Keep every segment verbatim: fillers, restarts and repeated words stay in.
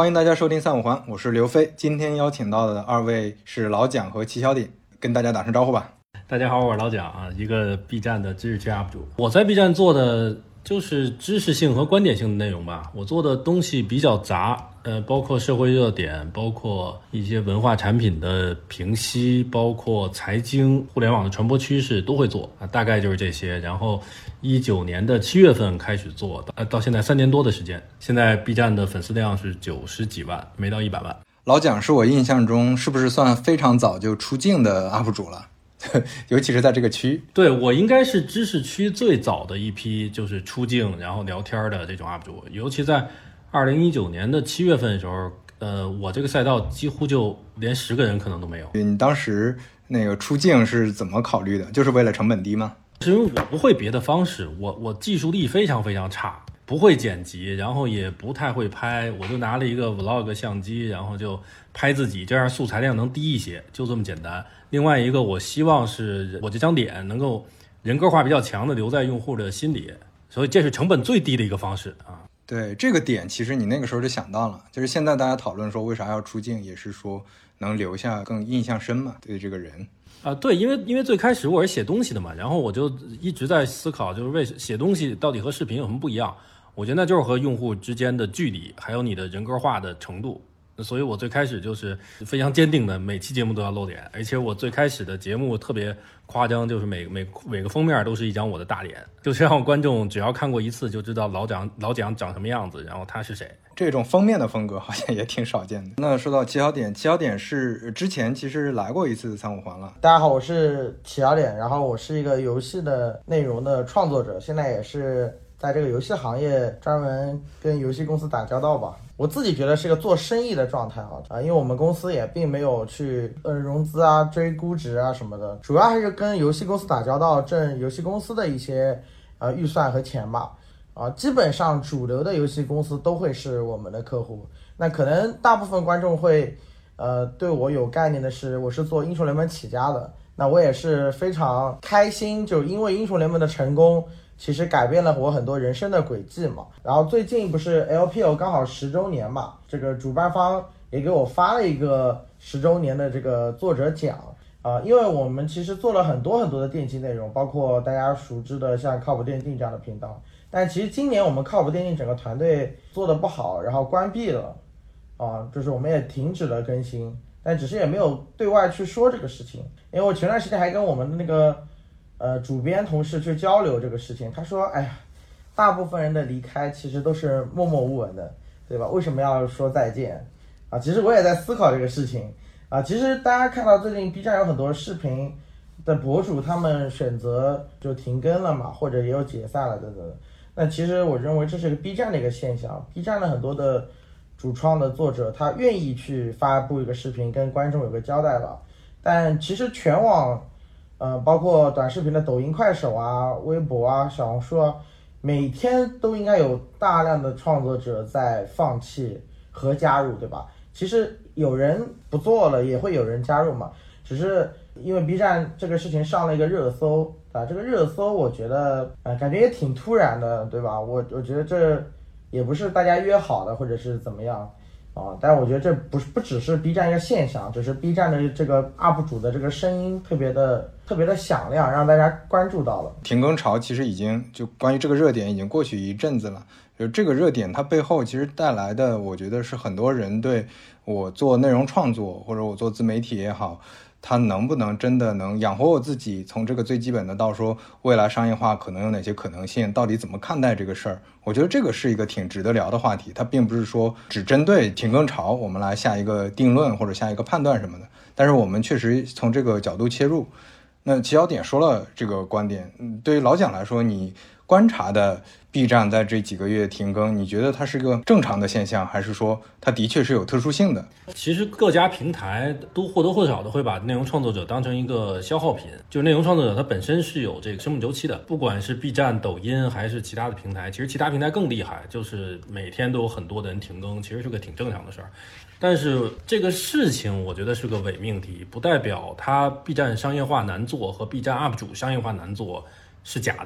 欢迎大家收听三五环，我是刘飞。今天邀请到的二位是老蒋和齐小鼎，跟大家打声招呼吧。 大家好，我是老蒋啊，一个 B 站的知识区 U P 主。我在 B 站做的就是知识性和观点性的内容吧。我做的东西比较杂，呃，包括社会热点，包括一些文化产品的评析，包括财经、互联网的传播趋势都会做啊，大概就是这些。然后一九年的七月份开始做，呃，到现在三年多的时间。现在 B 站的粉丝量是九十几万，没到一百万。 老蒋是我印象中是不是算非常早就出镜的 U P 主了？尤其是在这个区。 对，我应该是知识区最早的一批就是出镜然后聊天的这种 U P 主，尤其在二零一九年的七月份的时候，呃，我这个赛道几乎就连十个人可能都没有。 你当时那个出镜是怎么考虑的？就是为了成本低吗？ 是因为我不会别的方式，我我技术力非常非常差，不会剪辑，然后也不太会拍，我就拿了一个 vlog 相机，然后就拍自己，这样素材量能低一些，就这么简单。另外一个，我希望是我这张脸能够人格化比较强的留在用户的心里，所以这是成本最低的一个方式啊。 对，这个点其实你那个时候就想到了，就是现在大家讨论说为啥要出镜，也是说能留下更印象深嘛，对这个人。 啊，对，因为因为最开始我是写东西的嘛，然后我就一直在思考，就是为写东西到底和视频有什么不一样？我觉得那就是和用户之间的距离，还有你的人格化的程度。所以我最开始就是非常坚定的，每期节目都要露脸，而且我最开始的节目特别夸张，就是每每每个封面都是一张我的大脸，就是让观众只要看过一次就知道老蒋老蒋长什么样子，然后他是谁。 这种封面的风格好像也挺少见的。那说到齐小点，齐小点是之前其实来过一次三五环了。 大家好，我是齐小点，然后我是一个游戏的内容的创作者，现在也是在这个游戏行业专门跟游戏公司打交道吧。我自己觉得是个做生意的状态啊，啊，因为我们公司也并没有去呃融资啊、追估值啊什么的，主要还是跟游戏公司打交道，挣游戏公司的一些呃预算和钱吧。啊，基本上主流的游戏公司都会是我们的客户。那可能大部分观众会呃对我有概念的是，我是做英雄联盟起家的。那我也是非常开心，就因为英雄联盟的成功，其实改变了我很多人生的轨迹嘛。然后最近不是 L P L 刚好十周年嘛，这个主办方也给我发了一个十周年的这个作者奖啊、呃，因为我们其实做了很多很多的电竞内容，包括大家熟知的像靠谱电竞这样的频道。但其实今年我们靠谱电竞整个团队做的不好，然后关闭了啊，就是我们也停止了更新，但只是也没有对外去说这个事情。因为我前段时间还跟我们的那个呃主编同事去交流这个事情，他说哎呀，大部分人的离开其实都是默默无闻的，对吧？为什么要说再见啊？其实我也在思考这个事情啊。其实大家看到最近 B 站有很多视频的博主，他们选择就停更了嘛，或者也有解散了等等。那其实我认为这是个 B 站的一个现象， B 站的很多的主创的作者他愿意去发布一个视频跟观众有个交代了，但其实全网呃，包括短视频的抖音、快手啊、微博啊、小红书啊，每天都应该有大量的创作者在放弃和加入，对吧？其实有人不做了也会有人加入嘛，只是因为 B 站这个事情上了一个热搜啊，这个热搜我觉得呃感觉也挺突然的，对吧？我我觉得这也不是大家约好的，或者是怎么样啊，但我觉得这不是不只是 B 站一个现象，只是 B 站的这个 U P 主的这个声音特别的特别的响亮，让大家关注到了。 停更潮其实已经就关于这个热点已经过去一阵子了，就这个热点它背后其实带来的，我觉得是很多人对我做内容创作或者我做自媒体也好，它能不能真的能养活我自己，从这个最基本的到说未来商业化可能有哪些可能性，到底怎么看待这个事儿，我觉得这个是一个挺值得聊的话题。它并不是说只针对停更潮我们来下一个定论或者下一个判断什么的，但是我们确实从这个角度切入。那齐小点说了这个观点，对于老蒋来说，你观察的 B 站在这几个月停更，你觉得它是个正常的现象，还是说它的确是有特殊性的？ 其实各家平台都或多或少的会把内容创作者当成一个消耗品，就是内容创作者他本身是有这个生命周期的，不管是 B 站、抖音还是其他的平台，其实其他平台更厉害，就是每天都有很多的人停更，其实是个挺正常的事儿。但是这个事情我觉得是个伪命题，不代表它 B 站商业化难做和 B 站 U P 主商业化难做是假的。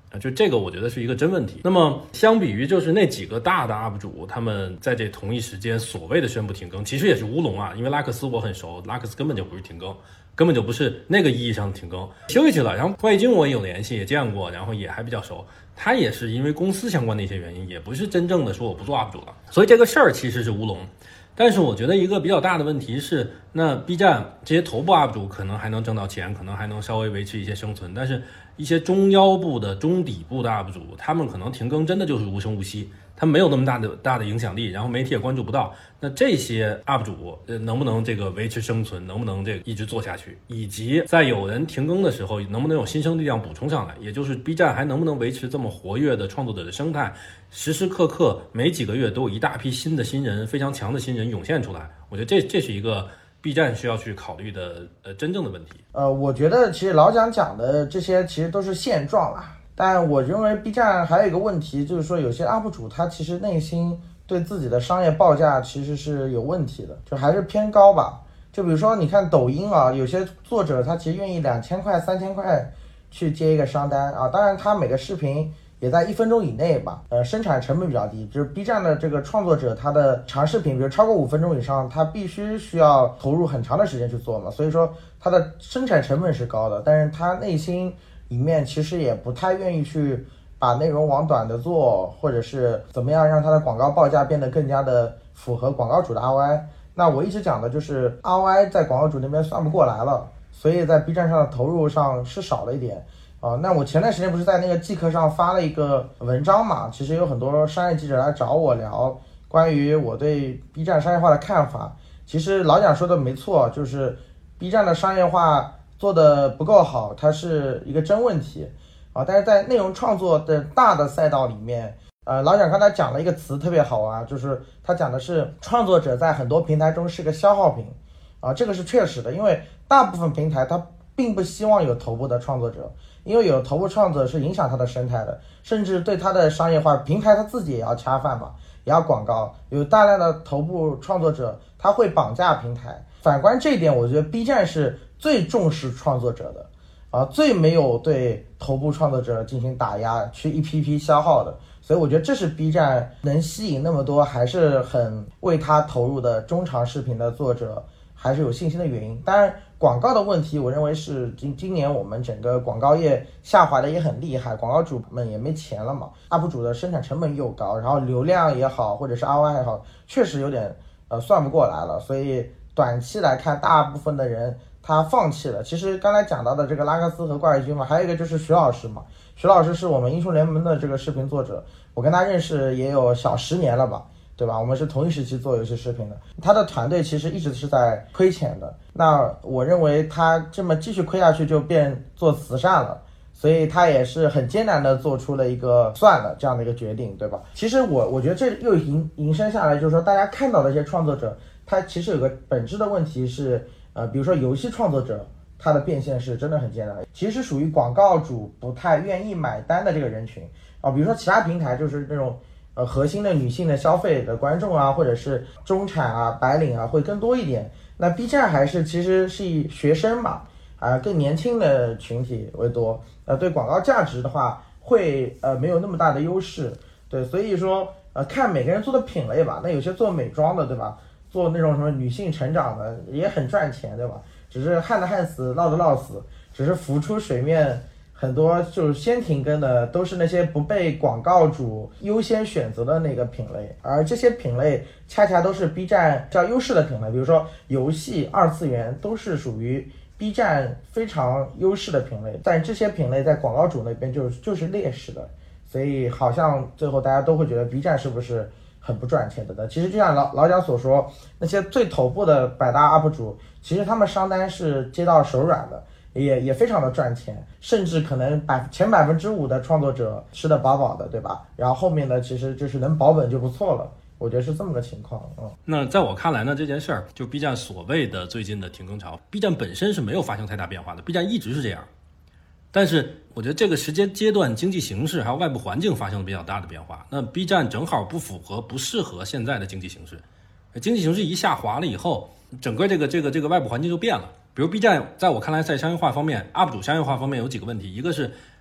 啊，就这个我觉得是一个真问题。那么相比于就是那几个大的 U P 主，他们在这同一时间所谓的宣布停更，其实也是乌龙啊，因为拉克斯我很熟，拉克斯根本就不是停更，根本就不是那个意义上的停更，休息去了。然后怪异君我也有联系，也见过，然后也还比较熟，他也是因为公司相关的一些原因，也不是真正的说我不做 U P 主了，所以这个事儿其实是乌龙。但是我觉得一个比较大的问题是，那 B 站这些头部 U P 主可能还能挣到钱，可能还能稍微维持一些生存，但是一些中腰部的、中底部的 U P 主，他们可能停更真的就是无声无息，他没有那么大的大的影响力，然后媒体也关注不到。那这些 U P 主呃能不能这个维持生存，能不能这个一直做下去，以及在有人停更的时候，能不能有新生力量补充上来，也就是 B 站还能不能维持这么活跃的创作者的生态，时时刻刻每几个月都有一大批新的新人，非常强的新人涌现出来。我觉得这这是一个 B 站需要去考虑的呃真正的问题。 呃，我觉得其实老蒋讲的这些其实都是现状啦，但我认为 B 站还有一个问题，就是说有些 U P 主他其实内心对自己的商业报价其实是有问题的，就还是偏高吧。就比如说你看抖音啊，有些作者他其实愿意两千块、三千块去接一个商单啊，当然他每个视频也在一分钟以内吧，呃，生产成本比较低。就是 B 站的这个创作者，他的长视频，比如超过五分钟以上，他必须需要投入很长的时间去做嘛，所以说他的生产成本是高的，但是他内心里面其实也不太愿意去把内容往短的做，或者是怎么样让他的广告报价变得更加的符合广告主的 R O I。那我一直讲的就是 R O I 在广告主那边算不过来了，所以在 B 站上的投入上是少了一点。啊、呃，那我前段时间不是在那个即刻上发了一个文章嘛，其实有很多商业记者来找我聊关于我对 B 站商业化的看法。其实老蒋说的没错，就是 B 站的商业化做的不够好，它是一个真问题啊。但是在内容创作的大的赛道里面，呃，老蒋刚才讲了一个词特别好啊，就是他讲的是创作者在很多平台中是个消耗品啊，这个是确实的，因为大部分平台它并不希望有头部的创作者。因为有头部创作者是影响它的生态的，甚至对它的商业化，平台它自己也要恰饭嘛，也要广告，有大量的头部创作者，他会绑架平台。反观这一点，我觉得 B 站是最重视创作者的，啊，最没有对头部创作者进行打压，去一批批消耗的。所以我觉得这是 B 站能吸引那么多还是很为他投入的中长视频的作者还是有信心的原因。当然广告的问题，我认为是今今年我们整个广告业下滑的也很厉害，广告主们也没钱了嘛 ，U P 主的生产成本又高，然后流量也好，或者是 R O I 也好，确实有点呃算不过来了，所以短期来看，大部分的人他放弃了。其实刚才讲到的这个拉克斯和怪异君嘛，还有一个就是徐老师嘛，徐老师是我们英雄联盟的这个视频作者，我跟他认识也有小十年了吧。对吧？我们是同一时期做游戏视频的，他的团队其实一直是在亏钱的。那我认为他这么继续亏下去，就变做慈善了，所以他也是很艰难的做出了一个算了这样的一个决定，对吧？其实我我觉得这又引引申下来，就是说大家看到的一些创作者，他其实有个本质的问题是，呃，比如说游戏创作者，他的变现是真的很艰难，其实属于广告主不太愿意买单的这个人群啊，比如说其他平台就是那种。呃，核心的女性的消费的观众啊，或者是中产啊、白领啊，会更多一点。那 B 站还是其实是以学生嘛，啊、呃，更年轻的群体为多。呃，对广告价值的话，会呃没有那么大的优势。对，所以说呃，看每个人做的品类吧。那有些做美妆的，对吧？做那种什么女性成长的，也很赚钱，对吧？只是旱的旱死，涝的涝死，只是浮出水面。很多就是先停更的都是那些不被广告主优先选择的那个品类，而这些品类恰恰都是 B 站较优势的品类，比如说游戏、二次元都是属于 B 站非常优势的品类，但这些品类在广告主那边就就是劣势的，所以好像最后大家都会觉得 B 站是不是很不赚钱的呢？其实就像老老蒋所说，那些最头部的百大 U P 主，其实他们商单是接到手软的。也也非常的赚钱，甚至可能百前百分之五的创作者吃得饱饱的，对吧？然后后面的其实就是能保本就不错了，我觉得是这么个情况。嗯， 那在我看来呢，这件事儿就 B 站所谓的最近的停更潮 ，B 站本身是没有发生太大变化的 ，B 站一直是这样。但是我觉得这个时间阶段、经济形势还有外部环境发生了比较大的变化，那 B 站正好不符合、不适合现在的经济形势。经济形势一下滑了以后，整个这个这个这个外部环境就变了。比如 B 站在我看来在商业化方面 U P 主商业化方面有几个问题，一个是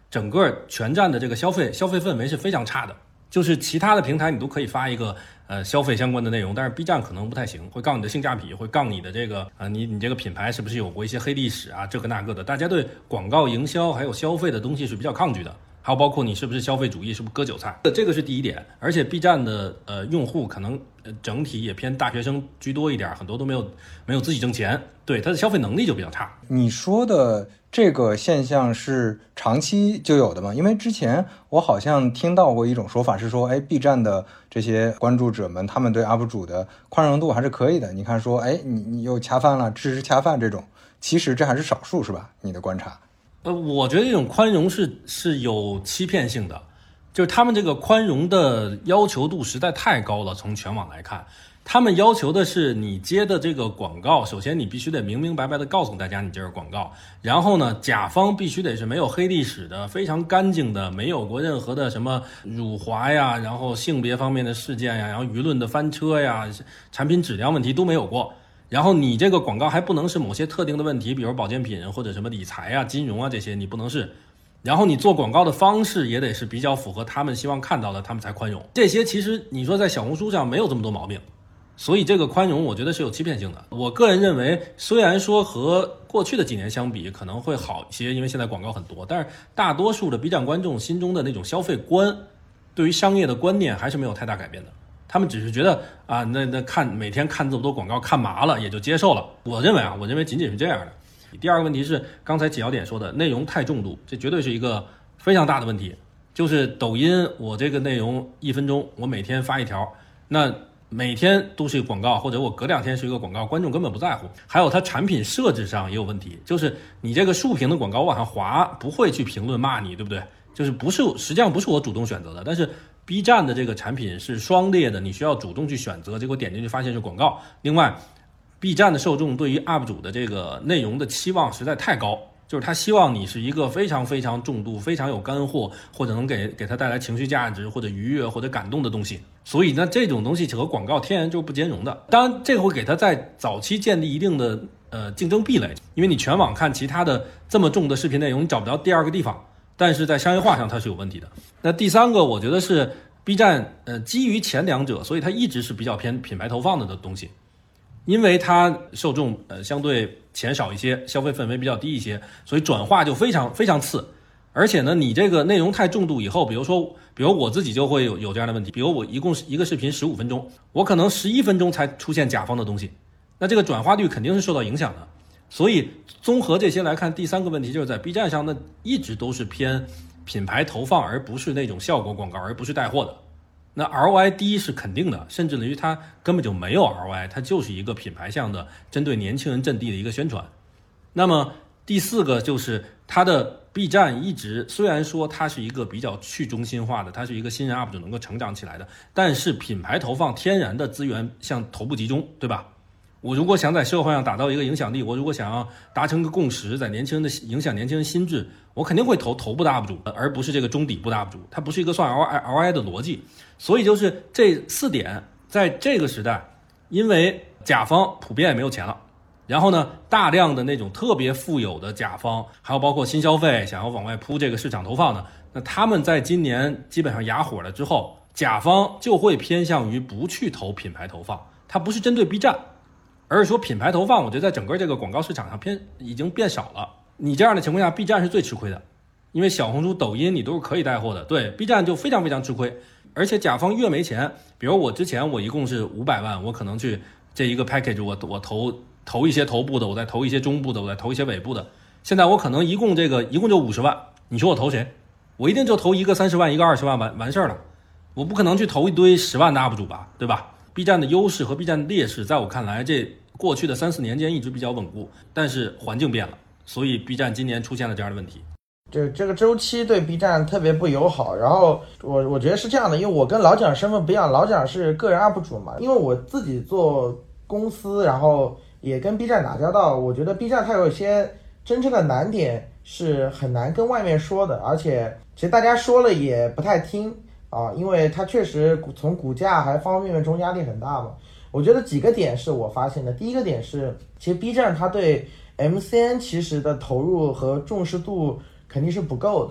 整个全站的这个消费消费氛围是非常差的。就是其他的平台你都可以发一个呃消费相关的内容，但是 B 站可能不太行，会杠你的性价比，会杠你的这个呃你你这个品牌是不是有过一些黑历史啊，这个那个的。大家对广告营销还有消费的东西是比较抗拒的，还有包括你是不是消费主义，是不是割韭菜，这个是第一点。而且 B 站的呃用户可能呃整体也偏大学生居多一点，很多都没有没有自己挣钱，对他的消费能力就比较差。 你说的这个现象是长期就有的吗？因为之前我好像听到过一种说法是说，哎 ，B 站的这些关注者们，他们对 U P 主的宽容度还是可以的。你看说，哎，你你又恰饭了，支持恰饭这种，其实这还是少数，是吧？你的观察？ 呃，我觉得这种宽容是是有欺骗性的，就是他们这个宽容的要求度实在太高了。从全网来看，他们要求的是你接的这个广告，首先你必须得明明白白的告诉大家你这是广告，然后呢，甲方必须得是没有黑历史的，非常干净的，没有过任何的什么辱华呀，然后性别方面的事件呀，然后舆论的翻车呀，产品质量问题都没有过。然后你这个广告还不能是某些特定的问题，比如保健品或者什么理财啊、金融啊这些，你不能是。然后你做广告的方式也得是比较符合他们希望看到的，他们才宽容。这些其实你说在小红书上没有这么多毛病，所以这个宽容我觉得是有欺骗性的。我个人认为，虽然说和过去的几年相比可能会好一些，因为现在广告很多，但是大多数的 B 站观众心中的那种消费观，对于商业的观念还是没有太大改变的。他们只是觉得啊，那那看每天看这么多广告看麻了，也就接受了。我认为啊，我认为仅仅是这样的。第二个问题是刚才几小点说的内容太重度，这绝对是一个非常大的问题。就是抖音，我这个内容一分钟，我每天发一条，那每天都是一个广告，或者我隔两天是一个广告，观众根本不在乎。还有它产品设置上也有问题，就是你这个竖屏的广告往上滑，不会去评论骂你，对不对？就是不是实际上不是我主动选择的，但是 B 站的这个产品是双列的，你需要主动去选择，结果点进去发现是广告。另外 B 站的受众对于 U P 主的这个内容的期望实在太高，就是他希望你是一个非常非常重度、非常有干货，或者能给给他带来情绪价值或者愉悦或者感动的东西。所以呢，这种东西和广告天然就是不兼容的。当然，这个会给他在早期建立一定的呃竞争壁垒，因为你全网看其他的这么重的视频内容，你找不着第二个地方。但是在商业化上它是有问题的。那第三个，我觉得是 B 站呃基于前两者，所以它一直是比较偏品牌投放的的东西。因为它受众呃相对钱少一些，消费氛围比较低一些，所以转化就非常非常次。而且呢，你这个内容太重度以后，比如说，比如我自己就会有有这样的问题，比如我一共一个视频十五分钟，我可能十一分钟才出现甲方的东西，那这个转化率肯定是受到影响的。所以综合这些来看，第三个问题就是在 B 站上呢，一直都是偏品牌投放，而不是那种效果广告，而不是带货的。那 R O I 低是肯定的，甚至于它根本就没有 R O I， 它就是一个品牌向的针对年轻人阵地的一个宣传。那么第四个就是它的 B 站一直虽然说它是一个比较去中心化的，它是一个新人 U P 主能够成长起来的，但是品牌投放天然的资源向头部集中，对吧？我如果想在社会上打造一个影响力，我如果想要达成个共识，在年轻人的影响年轻人心智，我肯定会投头部的 U P 主，而不是这个中底部的 U P 主，它不是一个算 R O I 的逻辑。所以就是这四点，在这个时代，因为甲方普遍也没有钱了，然后呢，大量的那种特别富有的甲方，还有包括新消费想要往外铺这个市场投放的，那他们在今年基本上哑火了之后，甲方就会偏向于不去投品牌投放，它不是针对 B 站。而是说品牌投放，我觉得在整个这个广告市场上偏已经变少了。你这样的情况下 ，B 站是最吃亏的，因为小红书、抖音你都是可以带货的，对 B 站就非常非常吃亏。而且甲方越没钱，比如我之前我一共是五百万，我可能去这一个 package 我我投投一些头部的，我再投一些中部的，我再投一些尾部的。现在我可能一共这个一共就五十万，你说我投谁？我一定就投一个三十万，一个二十万，完完事儿了。我不可能去投一堆十万的 U P 主吧，对吧？B 站的优势和 B 站的劣势，在我看来，这过去的三四年间一直比较稳固，但是环境变了，所以 B 站今年出现了这样的问题。 这这个周期对 B 站特别不友好。然后我我觉得是这样的，因为我跟老蒋身份不一样，老蒋是个人 U P 主嘛，因为我自己做公司，然后也跟 B 站打交道，我觉得 B 站它有一些真正的难点是很难跟外面说的，而且其实大家说了也不太听。啊，因为它确实从股价还方方面面中压力很大嘛。我觉得几个点是我发现的。第一个点是，其实 B 站它对 M C N 其实的投入和重视度肯定是不够的。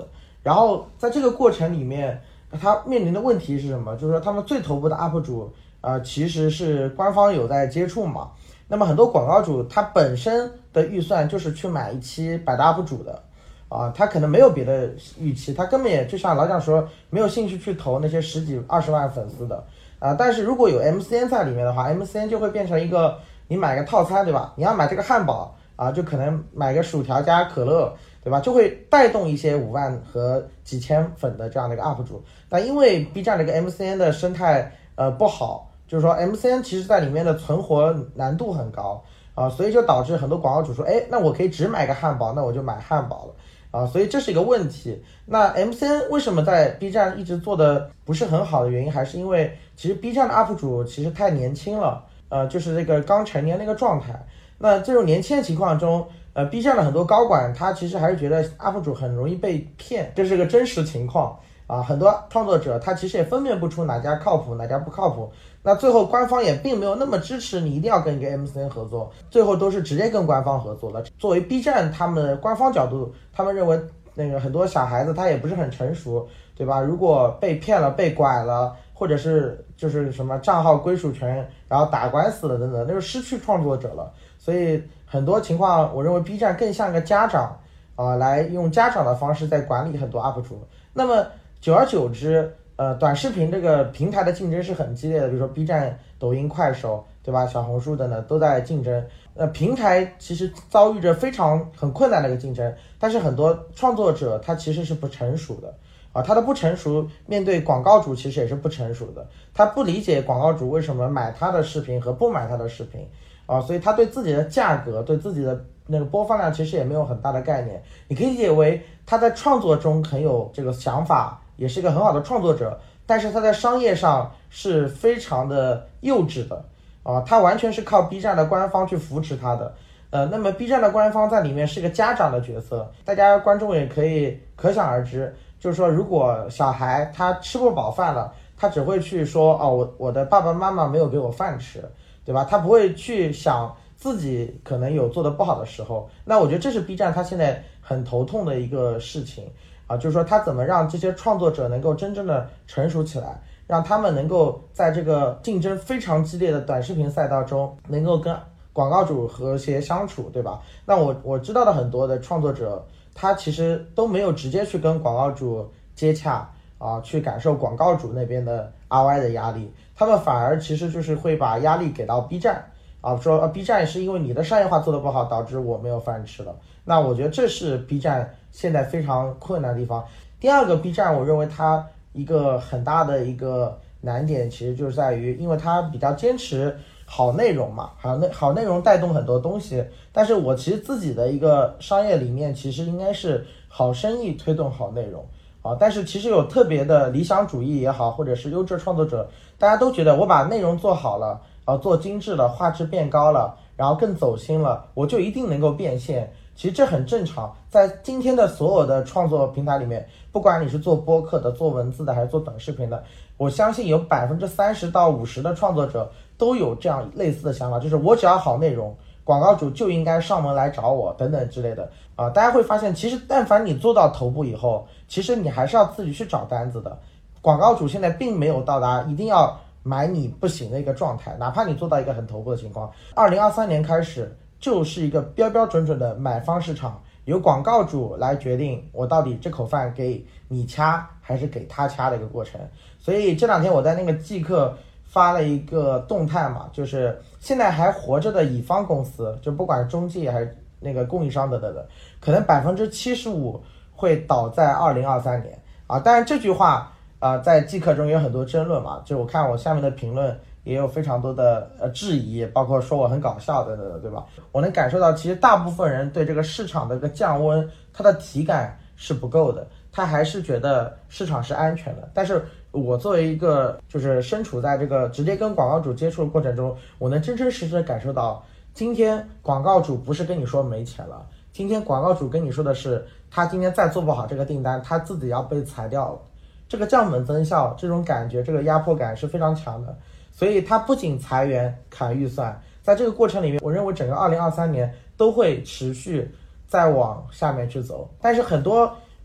然后在这个过程里面，他面临的问题是什么？就是说他们最头部的 U P 主，呃，其实是官方有在接触嘛。那么很多广告主他本身的预算就是去买一期百大 U P 主的，啊，他可能没有别的预期，他根本也就像老蒋说，没有兴趣去投那些十几二十万粉丝的，啊，但是如果有 M C N 在里面的话 ，M C N 就会变成一个你买个套餐，对吧？你要买这个汉堡啊，就可能买个薯条加可乐，对吧？就会带动一些五万和几千粉的这样的一个 U P 主。但因为 B 站这个 M C N 的生态呃不好，就是说 M C N 其实在里面的存活难度很高啊，所以就导致很多广告主说，哎，那我可以只买个汉堡，那我就买汉堡了啊，所以这是一个问题。那 M C N 为什么在 B 站一直做的不是很好的原因，还是因为其实 B 站的 U P 主其实太年轻了，呃，就是这个刚成年那个状态。那这种年轻的情况中，呃 ，B 站的很多高管他其实还是觉得 U P 主很容易被骗，这是个真实情况啊。很多创作者他其实也分辨不出哪家靠谱哪家不靠谱，那最后官方也并没有那么支持你一定要跟一个 M C N 合作，最后都是直接跟官方合作了。作为 B 站他们官方角度，他们认为那个很多小孩子他也不是很成熟，对吧？如果被骗了被拐了，或者是就是什么账号归属权然后打官司了等等，那就失去创作者了。所以很多情况我认为 B 站更像个家长啊、呃，来用家长的方式在管理很多 U P 主。那么久而久之，呃，短视频这个平台的竞争是很激烈的，比如说 B 站、抖音、快手，对吧？小红书等等都在竞争。呃，平台其实遭遇着非常很困难的一个竞争，但是很多创作者他其实是不成熟的啊，他的不成熟面对广告主其实也是不成熟的，他不理解广告主为什么买他的视频和不买他的视频啊，所以他对自己的价格、对自己的那个播放量其实也没有很大的概念。你可以理解为他在创作中很有这个想法，也是一个很好的创作者，但是他在商业上是非常的幼稚的啊，他完全是靠 B 站的官方去扶持他的。呃，那么 B 站的官方在里面是个家长的角色，大家观众也可以可想而知，就是说如果小孩他吃不饱饭了，他只会去说哦，我我的爸爸妈妈没有给我饭吃，对吧？他不会去想自己可能有做的不好的时候。那我觉得这是 B 站他现在很头痛的一个事情啊，就是说他怎么让这些创作者能够真正的成熟起来，让他们能够在这个竞争非常激烈的短视频赛道中能够跟广告主和谐相处，对吧？那我我知道的很多的创作者，他其实都没有直接去跟广告主接洽啊，去感受广告主那边的 R O I 的压力，他们反而其实就是会把压力给到 B 站啊，说、啊、B 站是因为你的商业化做得不好，导致我没有饭吃了。那我觉得这是 B 站现在非常困难的地方。第二个 B 站，我认为它一个很大的一个难点，其实就是在于，因为它比较坚持好内容嘛，好内好内容带动很多东西。但是我其实自己的一个商业理念，其实应该是好生意推动好内容啊。但是其实有特别的理想主义也好，或者是优质创作者，大家都觉得我把内容做好了，然后做精致了，画质变高了，然后更走心了，我就一定能够变现。其实这很正常，在今天的所有的创作平台里面，不管你是做播客的、做文字的还是做短视频的，我相信有百分之三十到五十的创作者都有这样类似的想法，就是我只要好内容，广告主就应该上门来找我等等之类的啊。大家会发现，其实但凡你做到头部以后，其实你还是要自己去找单子的。广告主现在并没有到达一定要买你不行的一个状态，哪怕你做到一个很头部的情况。二零二三年开始就是一个标标准准的买方市场，由广告主来决定我到底这口饭给你掐还是给他掐的一个过程。所以这两天我在那个即刻发了一个动态嘛，就是现在还活着的乙方公司，就不管是中介还是那个供应商等等的，可能百分之七十五会倒在二零二三年啊。当然这句话啊、呃，在即刻中也有很多争论嘛，就我看我下面的评论也有非常多的呃质疑，包括说我很搞笑等等的，对吧？我能感受到，其实大部分人对这个市场的一个降温，它的体感是不够的，他还是觉得市场是安全的。但是我作为一个就是身处在这个直接跟广告主接触的过程中，我能真真实实的感受到，今天广告主不是跟你说没钱了，今天广告主跟你说的是，他今天再做不好这个订单，他自己要被裁掉了。这个降本增效这种感觉，这个压迫感是非常强的。所以它不仅裁员砍预算，在这个过程里面，我认为整个二零二三年都会持续再往下面去走。但是很多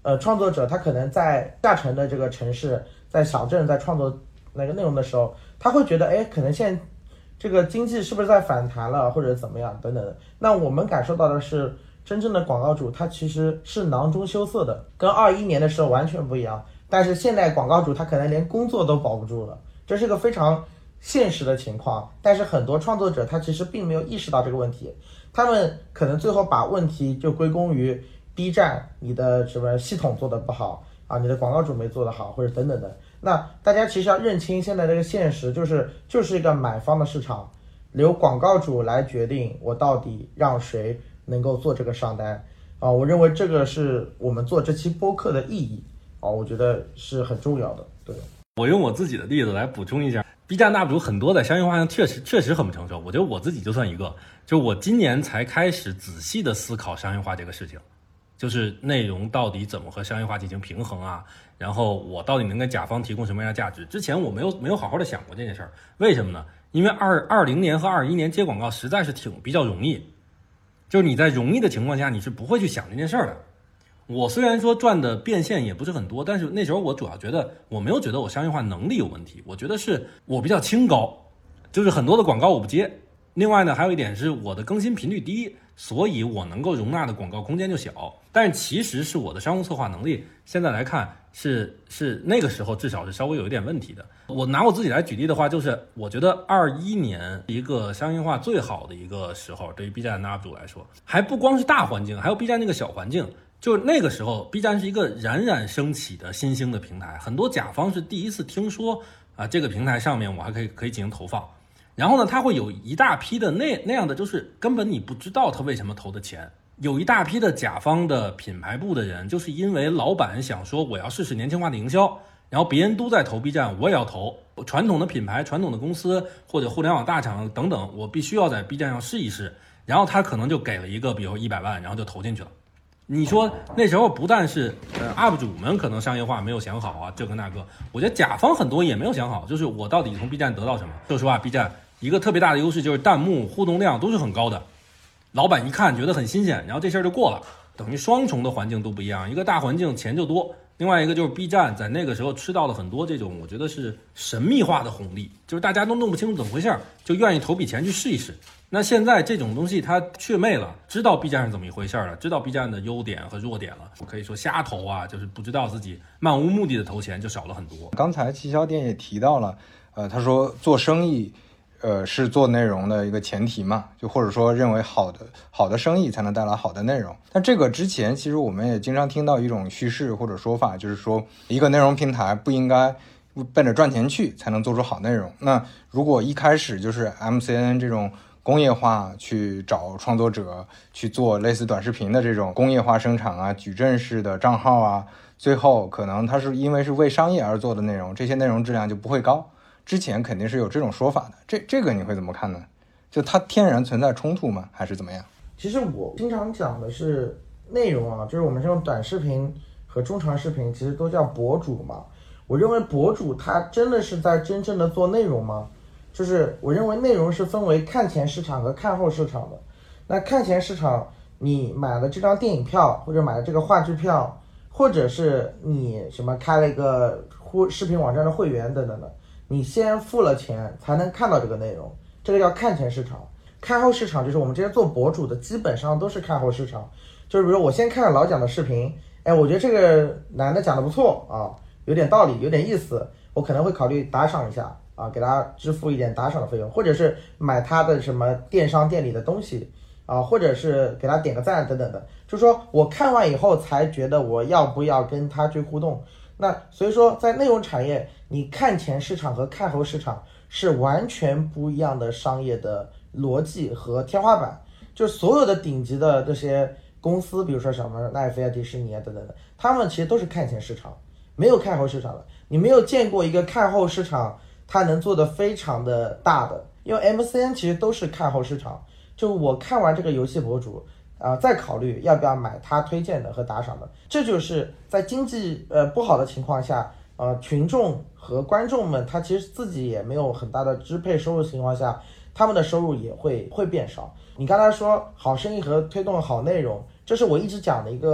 呃创作者他可能在下沉的这个城市，在小镇在创作那个内容的时候，他会觉得哎，可能现在这个经济是不是在反弹了，或者怎么样等等的。那我们感受到的是，真正的广告主他其实是囊中羞涩的，跟二一年的时候完全不一样。但是现在广告主他可能连工作都保不住了，这是个非常现实的情况。但是很多创作者他其实并没有意识到这个问题，他们可能最后把问题就归功于 B 站你的什么系统做得不好啊，你的广告主没做得好，或者等等的。那大家其实要认清现在这个现实，就是就是一个买方的市场，由广告主来决定我到底让谁能够做这个上单啊。我认为这个是我们做这期播客的意义啊，我觉得是很重要的。对， 我用我自己的例子来补充一下 ，B 站 U P 主很多在商业化上确实确实很不成熟。我觉得我自己就算一个，就我今年才开始仔细的思考商业化这个事情，就是内容到底怎么和商业化进行平衡啊，然后我到底能给甲方提供什么样的价值？之前我没有没有好好的想过这件事儿，为什么呢？因为二二零年和二一年接广告实在是挺比较容易，就是你在容易的情况下，你是不会去想这件事儿的。我虽然说赚的变现也不是很多，但是那时候我主要觉得我没有觉得我商业化能力有问题，我觉得是我比较清高，就是很多的广告我不接。另外呢，还有一点是我的更新频率低，所以我能够容纳的广告空间就小。但是其实是我的商务策划能力，现在来看是是那个时候至少是稍微有一点问题的。我拿我自己来举例的话，就是我觉得二一年一个商业化最好的一个时候，对于 B 站的 U P 主来说，还不光是大环境，还有 B 站那个小环境。就是那个时候 B 站是一个冉冉升起的新兴的平台，很多甲方是第一次听说啊，这个平台上面我还可以可以进行投放。然后呢，他会有一大批的那那样的，就是根本你不知道他为什么投的钱。有一大批的甲方的品牌部的人，就是因为老板想说我要试试年轻化的营销，然后别人都在投 B 站，我也要投。传统的品牌、传统的公司或者互联网大厂等等，我必须要在 B 站上试一试。然后他可能就给了一个，比如一百万，然后就投进去了。你说那时候不但是呃 U P 主们可能商业化没有想好啊，这个那个，我觉得甲方很多也没有想好，就是我到底从 B 站得到什么？说实话 ，B 站一个特别大的优势就是弹幕互动量都是很高的，老板一看觉得很新鲜，然后这事儿就过了，等于双重的环境都不一样，一个大环境钱就多，另外一个就是 B 站在那个时候吃到了很多这种我觉得是神秘化的红利，就是大家都弄不清楚怎么回事，就愿意投笔钱去试一试。那现在这种东西它确昧了，知道 B 站是怎么一回事了，知道 B 站的优点和弱点了，可以说瞎投啊，就是不知道自己漫无目的的投钱就少了很多。 刚才齐小点也提到了，呃，他说做生意，呃，是做内容的一个前提嘛，就或者说认为好的好的生意才能带来好的内容。但这个之前其实我们也经常听到一种叙事或者说法，就是说一个内容平台不应该奔着赚钱去才能做出好内容。那如果一开始就是 M C N 这种工业化去找创作者去做类似短视频的这种工业化生产啊，矩阵式的账号啊，最后可能它是因为是为商业而做的内容，这些内容质量就不会高。之前肯定是有这种说法的，这这个你会怎么看呢？就它天然存在冲突吗？还是怎么样？ 其实我经常讲的是内容啊，就是我们这种短视频和中长视频其实都叫博主嘛。我认为博主他真的是在真正的做内容吗？就是我认为内容是分为看前市场和看后市场的。那看前市场，你买了这张电影票，或者买了这个话剧票，或者是你什么开了一个视频网站的会员等等的，你先付了钱才能看到这个内容，这个叫看前市场。看后市场就是我们这些做博主的基本上都是看后市场，就是比如我先看了老蒋的视频，哎，我觉得这个男的讲的不错啊，有点道理，有点意思，我可能会考虑打赏一下啊，给他支付一点打赏的费用，或者是买他的什么电商店里的东西啊，或者是给他点个赞等等的。就是说我看完以后才觉得我要不要跟他去互动。那所以说在内容产业，你看前市场和看后市场是完全不一样的商业的逻辑和天花板。就所有的顶级的这些公司，比如说什么奈飞啊、迪士尼啊等等的，他们其实都是看前市场，没有看后市场的。你没有见过一个看后市场它能做得非常的大的，因为 M C N 其实都是看后市场，就我看完这个游戏博主啊、呃，再考虑要不要买他推荐的和打赏的。这就是在经济呃不好的情况下，呃群众和观众们他其实自己也没有很大的支配收入情况下，他们的收入也会会变少。你刚才说好生意和推动好内容，这是我一直讲的一个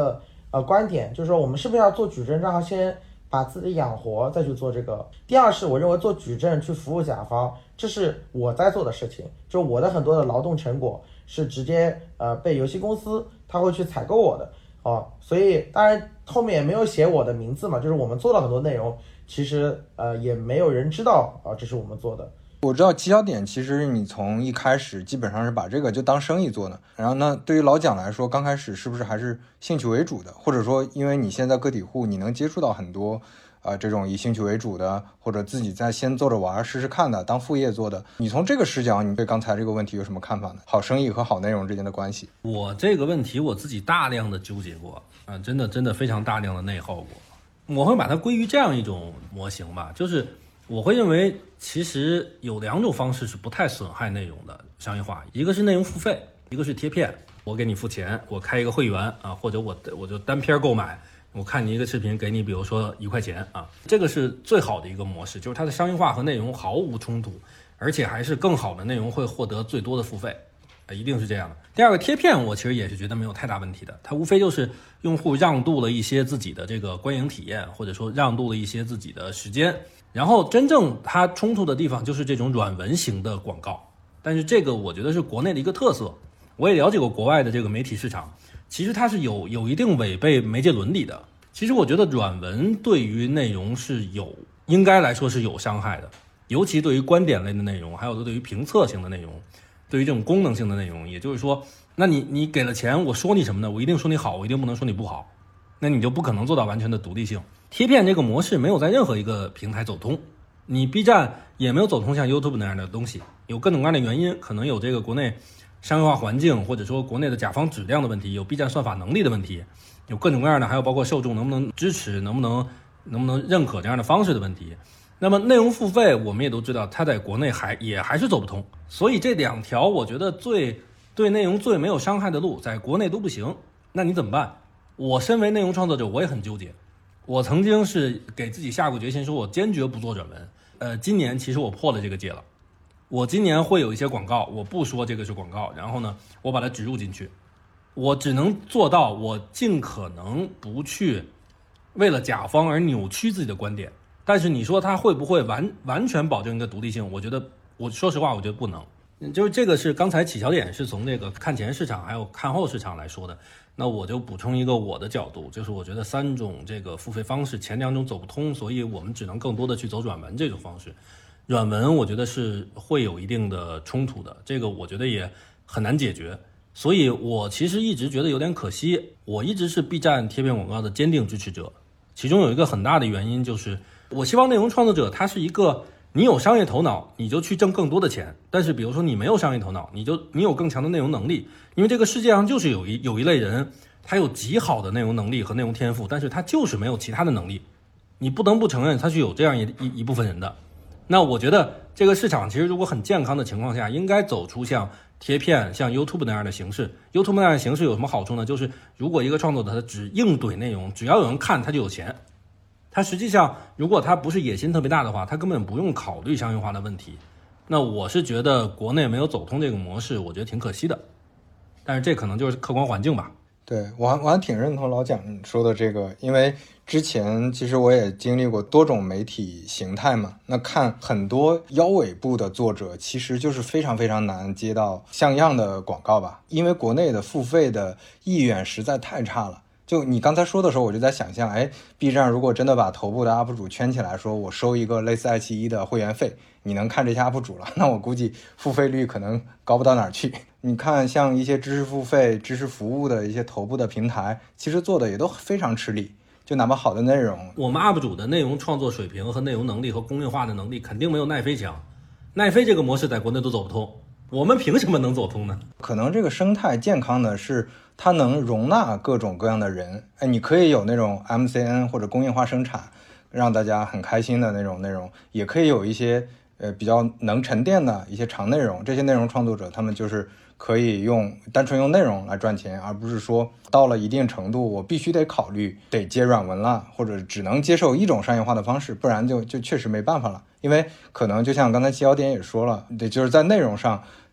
呃观点，就是说我们是不是要做矩阵账号先把自己养活再去做这个。第二是我认为做矩阵去服务甲方，这是我在做的事情，就我的很多的劳动成果是直接呃被游戏公司他会去采购我的哦，所以当然后面也没有写我的名字嘛，就是我们做了很多内容，其实呃也没有人知道啊、呃、这是我们做的。 我知道七小点其实你从一开始基本上是把这个就当生意做的，然后呢对于老蒋来说刚开始是不是还是兴趣为主的，或者说因为你现在个体户你能接触到很多呃这种以兴趣为主的，或者自己在先做着玩试试看的当副业做的，你从这个视角你对刚才这个问题有什么看法呢？好生意和好内容之间的关系。 我这个问题我自己大量的纠结过啊、呃，真的真的非常大量的内耗过。我会把它归于这样一种模型吧，就是我会认为其实有两种方式是不太损害内容的商业化，一个是内容付费，一个是贴片，我给你付钱，我开一个会员啊，或者我我就单片购买，我看你一个视频给你比如说一块钱啊，这个是最好的一个模式，就是它的商业化和内容毫无冲突，而且还是更好的内容会获得最多的付费，一定是这样的。第二个贴片我其实也是觉得没有太大问题的，它无非就是用户让渡了一些自己的这个观影体验，或者说让渡了一些自己的时间，然后真正它冲突的地方就是这种软文型的广告，但是这个我觉得是国内的一个特色。我也了解过国外的这个媒体市场，其实它是有有一定违背媒介伦理的。其实我觉得软文对于内容是有应该来说是有伤害的，尤其对于观点类的内容，还有对于评测性的内容，对于这种功能性的内容，也就是说，那你你给了钱，我说你什么呢？我一定说你好，我一定不能说你不好，那你就不可能做到完全的独立性。贴片这个模式没有在任何一个平台走通，你 B 站也没有走通像 YouTube 那样的东西，有各种各样的原因，可能有这个国内商业化环境，或者说国内的甲方质量的问题，有 B 站算法能力的问题，有各种各样的，还有包括受众能不能支持，能不能能不能认可这样的方式的问题。那么内容付费我们也都知道，它在国内还也还是走不通，所以这两条我觉得最对内容最没有伤害的路在国内都不行。那你怎么办？我身为内容创作者我也很纠结，我曾经是给自己下过决心，说我坚决不做软文。呃，今年其实我破了这个戒了，我今年会有一些广告，我不说这个是广告，然后呢我把它植入进去，我只能做到我尽可能不去为了甲方而扭曲自己的观点。但是你说它会不会完完全保证一个独立性？我觉得，我说实话，我觉得不能。就是这个是刚才起小点是从这个看前市场还有看后市场来说的，那我就补充一个我的角度，就是我觉得三种这个付费方式，前两种走不通，所以我们只能更多的去走软文这种方式。软文我觉得是会有一定的冲突的，这个我觉得也很难解决。所以我其实一直觉得有点可惜，我一直是 B 站贴片广告的坚定支持者，其中有一个很大的原因就是我希望内容创作者他是一个，你有商业头脑你就去挣更多的钱，但是比如说你没有商业头脑，你就你有更强的内容能力，因为这个世界上就是有一有一类人，他有极好的内容能力和内容天赋，但是他就是没有其他的能力，你不得不承认他是有这样一一一部分人的。那我觉得这个市场其实如果很健康的情况下，应该走出像贴片像 YouTube 那样的形式。 YouTube 那样的形式有什么好处呢？就是如果一个创作者他只硬怼内容，只要有人看他就有钱，他实际上如果他不是野心特别大的话，他根本不用考虑商业化的问题。那我是觉得国内没有走通这个模式，我觉得挺可惜的，但是这可能就是客观环境吧。 对，我还我还挺认同老蒋说的这个，因为之前其实我也经历过多种媒体形态嘛，那看很多腰尾部的作者其实就是非常非常难接到像样的广告吧，因为国内的付费的意愿实在太差了。就你刚才说的时候，我就在想象，哎 B 站如果真的把头部的 U P 主圈起来，说我收一个类似爱奇艺的会员费，你能看这些 U P 主了，那我估计付费率可能高不到哪儿去。你看像一些知识付费知识服务的一些头部的平台，其实做的也都非常吃力，就哪怕好的内容， 我们 U P 主的内容创作水平和内容能力和工业化的能力肯定没有奈飞强，奈飞这个模式在国内都走不通，我们凭什么能走通呢？ 可能这个生态健康的是它能容纳各种各样的人，哎，你可以有那种 M C N 或者工业化生产，让大家很开心的那种内容，也可以有一些呃比较能沉淀的一些长内容，这些内容创作者他们就是可以用单纯用内容来赚钱，而不是说到了一定程度我必须得考虑得接软文了，或者只能接受一种商业化的方式，不然就就确实没办法了。因为可能就像刚才七小点也说了，对，就是在内容上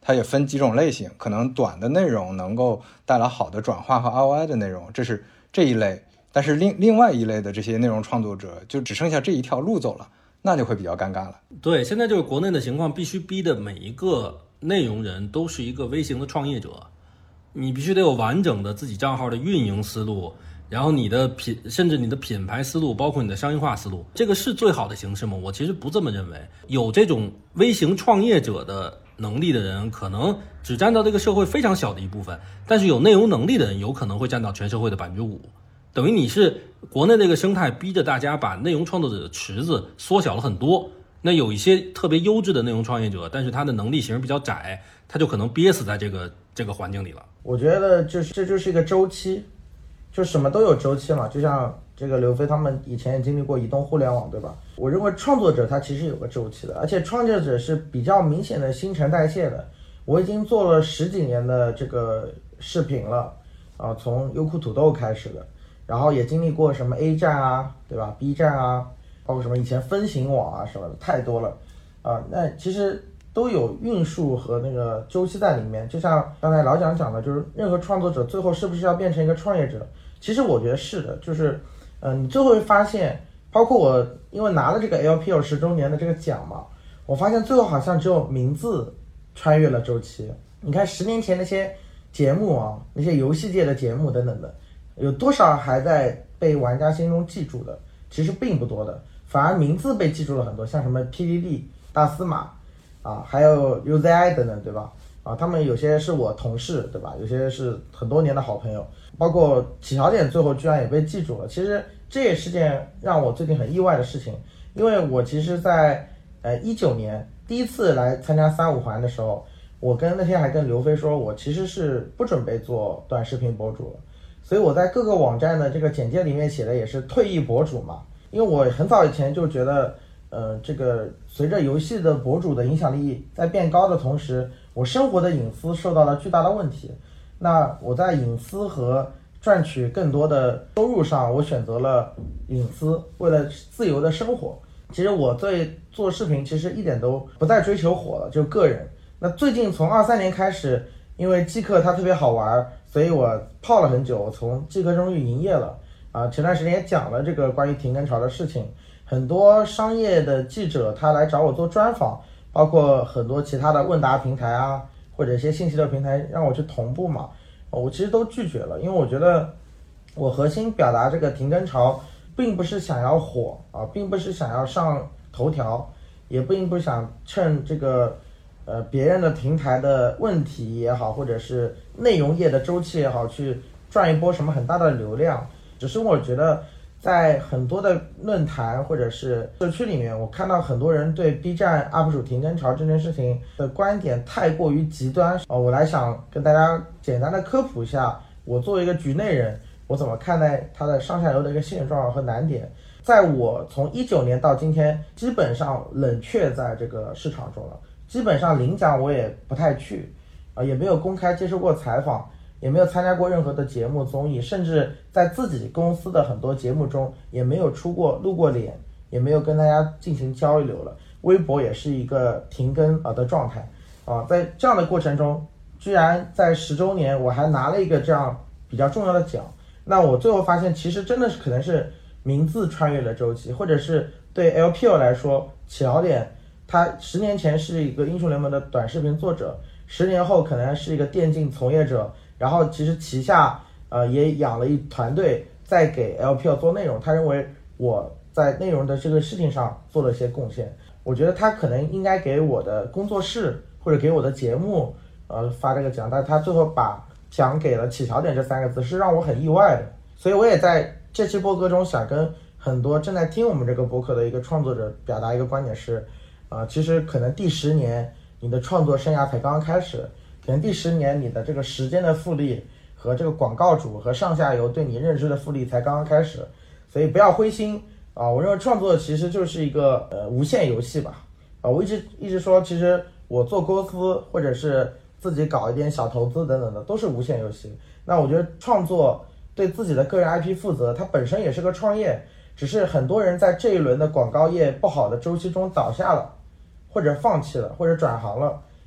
它也分几种类型，可能短的内容能够带来好的转化和 R O I 的内容，这是这一类。但是另另外一类的这些内容创作者就只剩下这一条路走了，那就会比较尴尬了。 对，现在就是国内的情况，必须逼的每一个内容人都是一个微型的创业者，你必须得有完整的自己账号的运营思路，然后你的品，甚至你的品牌思路，包括你的商业化思路，这个是最好的形式吗？我其实不这么认为。有这种微型创业者的能力的人，可能只占到这个社会非常小的一部分，但是有内容能力的人，有可能会占到全社会的百分之五。等于你是国内这个生态逼着大家把内容创作者的池子缩小了很多。那有一些特别优质的内容创业者，但是他的能力型比较窄，他就可能憋死在这个这个环境里了。 我觉得就是这就是一个周期，就什么都有周期嘛。就像这个刘飞他们以前也经历过移动互联网，对吧？我认为创作者他其实有个周期的，而且创作者是比较明显的新陈代谢的。我已经做了十几年的这个视频了啊，从优酷土豆开始的，然后也经历过什么 A 站啊，对吧 ？B 站啊。包括什么以前分形网啊什么的太多了啊，那其实都有运数和那个周期在里面。就像刚才老蒋讲的，就是任何创作者最后是不是要变成一个创业者？其实我觉得是的，就是嗯、呃，你最后会发现，包括我因为拿了这个 L P L 十周年的这个奖嘛，我发现最后好像只有名字穿越了周期。你看十年前那些节目啊，那些游戏界的节目等等的，有多少还在被玩家心中记住的？其实并不多的。反而名字被记住了很多，像什么 P D D、大司马啊，还有 U Z I 等等，对吧？啊，他们有些是我同事，对吧？有些是很多年的好朋友，包括起跑点最后居然也被记住了。其实这也是件让我最近很意外的事情，因为我其实在呃一九年第一次来参加三五环的时候，我跟那天还跟刘飞说，我其实是不准备做短视频博主了，所以我在各个网站的这个简介里面写的也是退役博主嘛。因为我很早以前就觉得，呃，这个随着游戏的博主的影响力在变高的同时，我生活的隐私受到了巨大的问题。那我在隐私和赚取更多的收入上，我选择了隐私，为了自由的生活。其实我对做视频其实一点都不再追求火了，就个人。那最近从二三年开始，因为即刻它特别好玩，所以我泡了很久，我从即刻终于营业了。啊，前段时间也讲了这个关于停更潮的事情，很多商业的记者他来找我做专访，包括很多其他的问答平台啊，或者一些信息流平台让我去同步嘛，我其实都拒绝了，因为我觉得我核心表达这个停更潮，并不是想要火啊，并不是想要上头条，也并不想趁这个呃别人的平台的问题也好，或者是内容业的周期也好，去赚一波什么很大的流量。只是我觉得在很多的论坛或者是社区里面，我看到很多人对 B 站 U P 主停更潮这件事情的观点太过于极端。呃，我来想跟大家简单的科普一下，我作为一个局内人，我怎么看待它的上下游的一个现状和难点。在我从一九年到今天，基本上冷却在这个市场中了，基本上领奖我也不太去，啊、呃，也没有公开接受过采访。也没有参加过任何的节目综艺，甚至在自己公司的很多节目中也没有出过露过脸，也没有跟大家进行交流了。微博也是一个停更啊的状态啊，在这样的过程中，居然在十周年我还拿了一个这样比较重要的奖。那我最后发现，其实真的是可能是名字穿越了周期，或者是对 L P L 来说，起跑点他十年前是一个英雄联盟的短视频作者，十年后可能是一个电竞从业者。然后其实旗下呃也养了一团队在给 L P L 做内容，他认为我在内容的这个事情上做了一些贡献，我觉得他可能应该给我的工作室或者给我的节目呃发这个奖，但是他最后把奖给了起跑点这三个字，是让我很意外的。所以我也在这期播客中想跟很多正在听我们这个播客的一个创作者表达一个观点是，呃其实可能第十年你的创作生涯才刚刚开始，可能第十年你的这个时间的复利和这个广告主和上下游对你认知的复利才刚刚开始，所以不要灰心啊！我认为创作其实就是一个呃无限游戏吧啊！我一直一直说，其实我做公司或者是自己搞一点小投资等等的都是无限游戏。那我觉得创作对自己的个人 I P 负责，它本身也是个创业，只是很多人在这一轮的广告业不好的周期中倒下了，或者放弃了，或者转行了。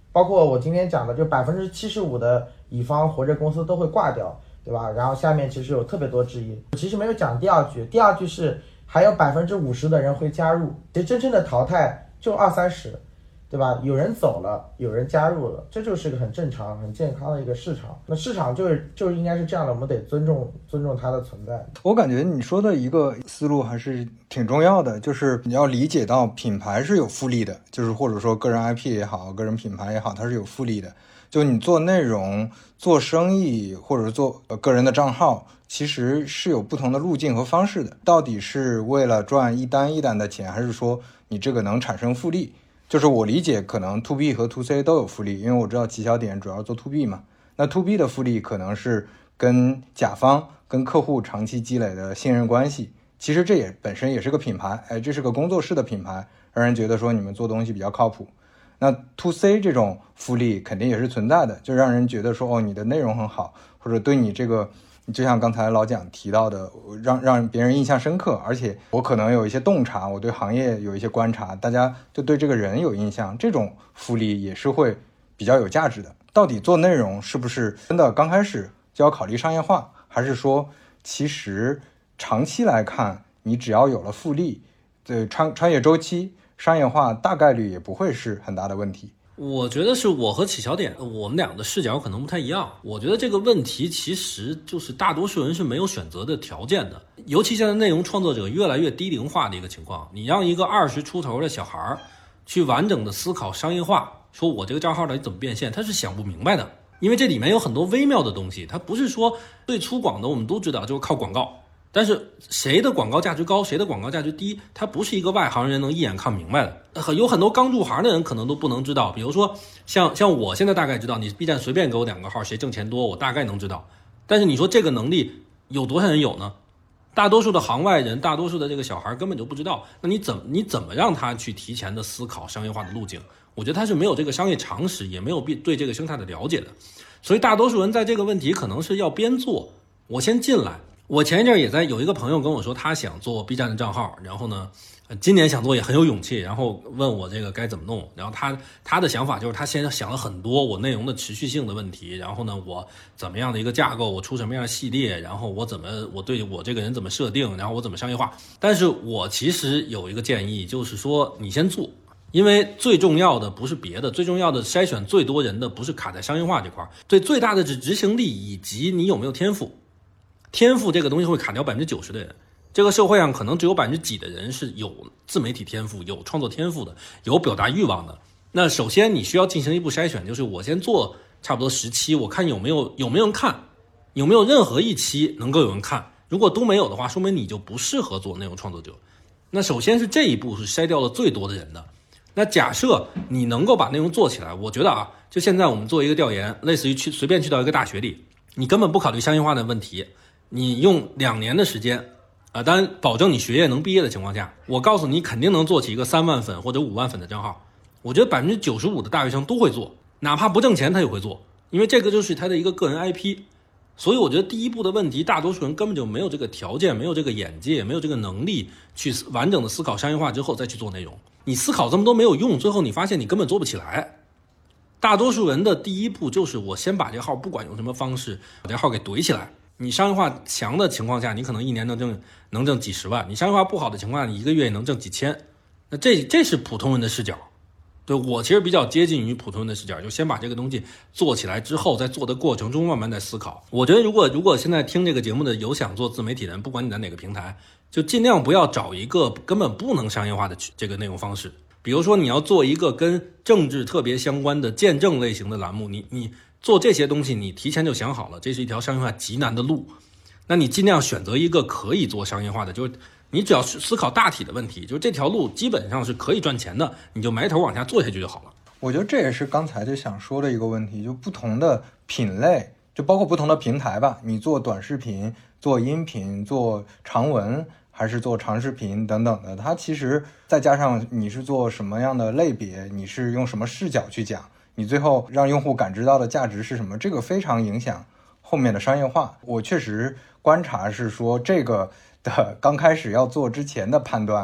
包括我今天讲的，就百分之七十五的乙方活着公司都会挂掉，对吧？然后下面其实有特别多质疑，其实没有讲第二句，第二句是还有百分之五十的人会加入，其实真正的淘汰就二三十，对吧？有人走了，有人加入了，这就是个很正常、很健康的一个市场。那市场就是就是应该是这样的，我们得尊重尊重它的存在。 我感觉你说的一个思路还是挺重要的，就是你要理解到品牌是有复利的，就是或者说个人 I P 也好，个人品牌也好，它是有复利的。就你做内容、做生意或者做呃个人的账号，其实是有不同的路径和方式的。到底是为了赚一单一单的钱，还是说你这个能产生复利？就是我理解可能 to B 和 to C 都有复利，因为我知道起小点主要做 to B 嘛。那 to B 的复利可能是跟甲方、跟客户长期积累的信任关系。其实这也本身也是个品牌，哎，这是个工作室的品牌，让人觉得说你们做东西比较靠谱。那 to C 这种复利肯定也是存在的，就让人觉得说哦，你的内容很好，或者对你这个，就像刚才老蒋提到的，让让别人印象深刻，而且我可能有一些洞察，我对行业有一些观察，大家就对这个人有印象，这种复利也是会比较有价值的。到底做内容是不是真的刚开始就要考虑商业化，还是说其实长期来看，你只要有了复利，对穿穿越周期，商业化大概率也不会是很大的问题。 我觉得是我和起小点我们俩的视角可能不太一样。我觉得这个问题其实就是大多数人是没有选择的条件的，尤其现在内容创作者越来越低龄化的一个情况，你让一个二十出头的小孩去完整的思考商业化，说我这个账号到底怎么变现，他是想不明白的。因为这里面有很多微妙的东西，它不是说最粗犷的我们都知道就是靠广告，但是谁的广告价值高，谁的广告价值低，它不是一个外行人能一眼看明白的。有很多刚入行的人可能都不能知道，比如说像像我现在大概知道，你 B 站随便给我两个号，谁挣钱多，我大概能知道。但是你说这个能力有多少人有呢？大多数的行外人，大多数的这个小孩根本就不知道。那你怎么你怎么让他去提前的思考商业化的路径？我觉得他是没有这个商业常识，也没有对这个生态的了解的。所以大多数人在这个问题可能是要边做，我先进来。我前一阵也在有一个朋友跟我说，他想做 B 站的账号，然后呢，今年想做也很有勇气，然后问我这个该怎么弄。然后他他的想法就是他先想了很多我内容的持续性的问题，然后呢，我怎么样的一个架构，我出什么样的系列，然后我怎么我对我这个人怎么设定，然后我怎么商业化。但是我其实有一个建议，就是说你先做。因为最重要的不是别的，最重要的筛选最多人的不是卡在商业化这块，对，最大的是执行力以及你有没有天赋。天赋这个东西会卡掉百分之九十的人，这个社会上可能只有百分之几的人是有自媒体天赋、有创作天赋的、有表达欲望的。那首先你需要进行一步筛选，就是我先做差不多十期，我看有没有有没有人看，有没有任何一期能够有人看。如果都没有的话，说明你就不适合做内容创作者。那首先是这一步是筛掉了最多的人的。那假设你能够把内容做起来，我觉得啊，就现在我们做一个调研，类似于去随便去到一个大学里，你根本不考虑商业化的问题，你用两年的时间，啊、呃，当然保证你学业能毕业的情况下，我告诉你肯定能做起一个三万粉或者五万粉的账号。我觉得百分之九十五的大学生都会做，哪怕不挣钱他也会做，因为这个就是他的一个个人 I P。所以我觉得第一步的问题，大多数人根本就没有这个条件，没有这个眼界，没有这个能力去完整的思考商业化之后再去做内容。你思考这么多没有用，最后你发现你根本做不起来。大多数人的第一步就是我先把这个号不管用什么方式把这个号给怼起来。你商业化强的情况下，你可能一年能挣能挣几十万；你商业化不好的情况下，你一个月也能挣几千。那这这是普通人的视角。对，我其实比较接近于普通人的视角，就先把这个东西做起来之后，在做的过程中慢慢在思考。我觉得如果如果现在听这个节目的有想做自媒体人，不管你在哪个平台，就尽量不要找一个根本不能商业化的这个内容方式。比如说你要做一个跟政治特别相关的见证类型的栏目，你你做这些东西你提前就想好了，这是一条商业化极难的路。那你尽量选择一个可以做商业化的，就是你只要思考大体的问题，就是这条路基本上是可以赚钱的，你就埋头往下做下去就好了。 我觉得这也是刚才就想说的一个问题，就不同的品类，就包括不同的平台吧，你做短视频、做音频、做长文还是做长视频等等的，它其实再加上你是做什么样的类别，你是用什么视角去讲，你最后让用户感知到的价值是什么，这个非常影响后面的商业化。我确实观察是说这个的刚开始要做之前的判断，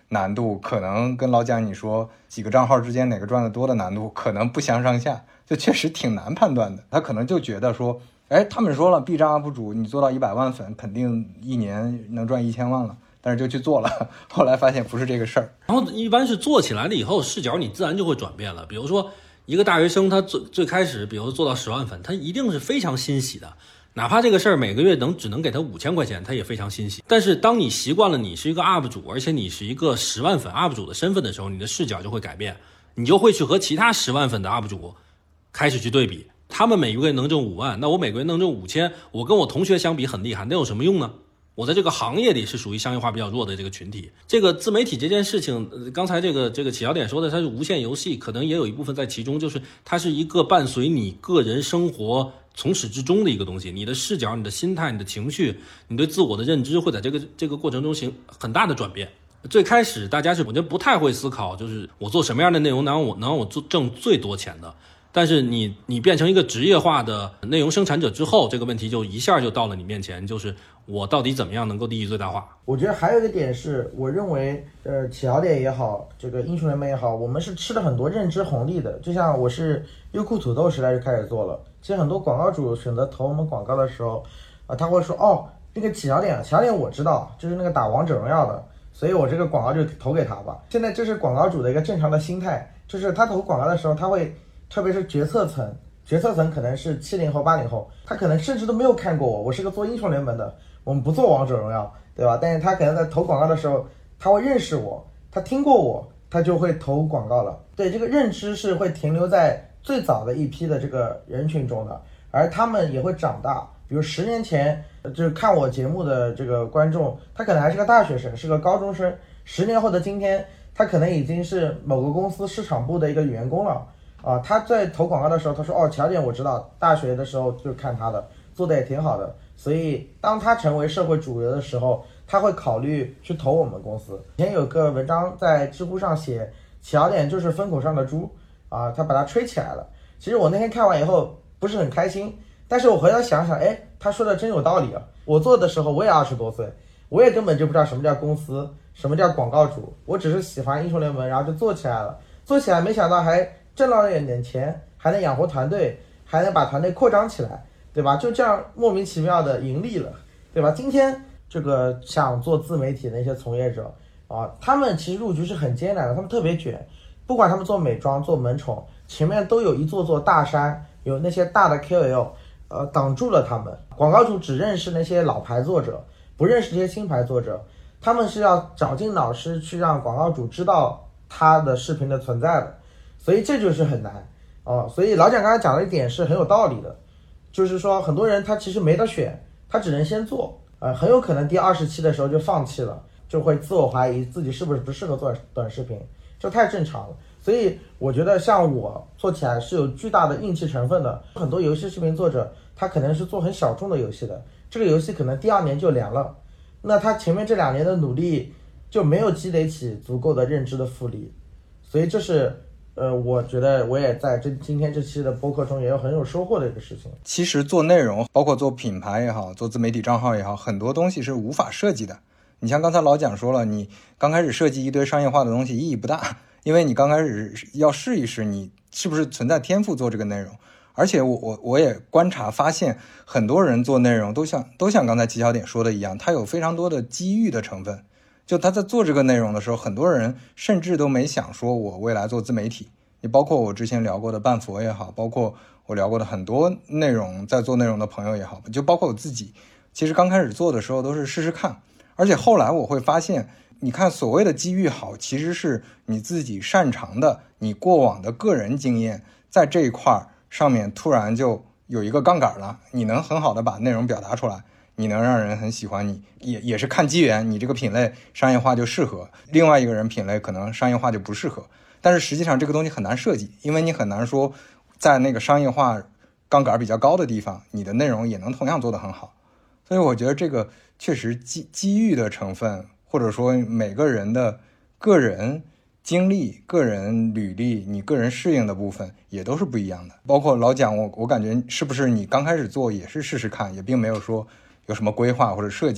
难度可能跟老蒋你说几个账号之间哪个赚的多的难度可能不相上下，就确实挺难判断的。他可能就觉得说，哎，他们说了 B 站 U P 主你做到一百万粉肯定一年能赚一千万了，但是就去做了，后来发现不是这个事儿。 然后一般是做起来了以后，视角你自然就会转变了。比如说一个大学生，他最最开始，比如做到十万粉，他一定是非常欣喜的，哪怕这个事儿每个月能只能给他五千块钱，他也非常欣喜。但是当你习惯了你是一个 U P 主，而且你是一个十万粉 U P 主的身份的时候，你的视角就会改变，你就会去和其他十万粉的 U P 主开始去对比，他们每个月能挣五万，那我每个月能挣五千，我跟我同学相比很厉害，那有什么用呢？我在这个行业里是属于商业化比较弱的这个群体。这个自媒体这件事情，呃、刚才这个这个起小点说的，它是无限游戏，可能也有一部分在其中，就是它是一个伴随你个人生活从始至终的一个东西。你的视角、你的心态、你的情绪、你对自我的认知，会在这个这个过程中形很大的转变。最开始大家是我觉得不太会思考，就是我做什么样的内容能让我能让我做挣最多钱的。但是你你变成一个职业化的内容生产者之后，这个问题就一下就到了你面前，就是我到底怎么样能够利益最大化？ 我觉得还有一个点是，我认为呃起小点也好，这个英雄联盟也好，我们是吃了很多认知红利的。就像我是优酷土豆时代就开始做了，其实很多广告主选择投我们广告的时候，啊、呃、他会说哦那个起小点，起小点我知道，就是那个打王者荣耀的，所以我这个广告就投给他吧。现在这是广告主的一个正常的心态，就是他投广告的时候，他会。特别是决策层，决策层可能是七零后、八零后，他可能甚至都没有看过我，我是个做英雄联盟的，我们不做王者荣耀，对吧？但是他可能在投广告的时候，他会认识我，他听过我，他就会投广告了。对，这个认知是会停留在最早的一批的这个人群中的，而他们也会长大。比如十年前就是看我节目的这个观众，他可能还是个大学生，是个高中生，十年后的今天，他可能已经是某个公司市场部的一个员工了。啊，他在投广告的时候，他说：“哦，乔点我知道，大学的时候就看他的，做的也挺好的。所以当他成为社会主流的时候，他会考虑去投我们公司。”以前有个文章在知乎上写，乔点就是风口上的猪啊，他把它吹起来了。其实我那天看完以后不是很开心，但是我回头想想，哎，他说的真有道理啊。我做的时候我也二十多岁，我也根本就不知道什么叫公司，什么叫广告主，我只是喜欢英雄联盟，然后就做起来了。做起来没想到还挣到了一点钱，还能养活团队，还能把团队扩张起来，对吧？就这样莫名其妙的盈利了，对吧？今天这个想做自媒体的那些从业者啊，他们其实入局是很艰难的，他们特别卷，不管他们做美妆、做萌宠，前面都有一座座大山，有那些大的 K O L， 呃，挡住了他们。广告主只认识那些老牌作者，不认识这些新牌作者，他们是要找尽脑汁去让广告主知道他的视频的存在的。所以这就是很难哦，所以老蒋刚才讲的一点是很有道理的，就是说很多人他其实没得选，他只能先做，呃，很有可能第二十期的时候就放弃了，就会自我怀疑自己是不是不适合做短视频，这太正常了。所以我觉得像我做起来是有巨大的运气成分的，很多游戏视频作者他可能是做很小众的游戏的，这个游戏可能第二年就凉了，那他前面这两年的努力就没有积累起足够的认知的复利，所以这是呃，我觉得我也在这今天这期的播客中也有很有收获的一个事情。 其实做内容，包括做品牌也好，做自媒体账号也好，很多东西是无法设计的。你像刚才老蒋说了，你刚开始设计一堆商业化的东西意义不大，因为你刚开始要试一试你是不是存在天赋做这个内容。而且我我我也观察发现，很多人做内容都像都像刚才七小点说的一样，他有非常多的机遇的成分。就他在做这个内容的时候，很多人甚至都没想说我未来做自媒体。也包括我之前聊过的半佛也好，包括我聊过的很多内容在做内容的朋友也好，就包括我自己，其实刚开始做的时候都是试试看。而且后来我会发现，你看所谓的机遇好，其实是你自己擅长的，你过往的个人经验在这一块上面突然就有一个杠杆了，你能很好的把内容表达出来，你能让人很喜欢你，也也是看机缘，你这个品类商业化就适合，另外一个人品类可能商业化就不适合。但是实际上这个东西很难设计，因为你很难说在那个商业化杠杆比较高的地方，你的内容也能同样做得很好。所以我觉得这个确实机机遇的成分，或者说每个人的个人经历、个人履历、你个人适应的部分也都是不一样的。包括老蒋，我我感觉是不是你刚开始做也是试试看，也并没有说有什么规划或者设计，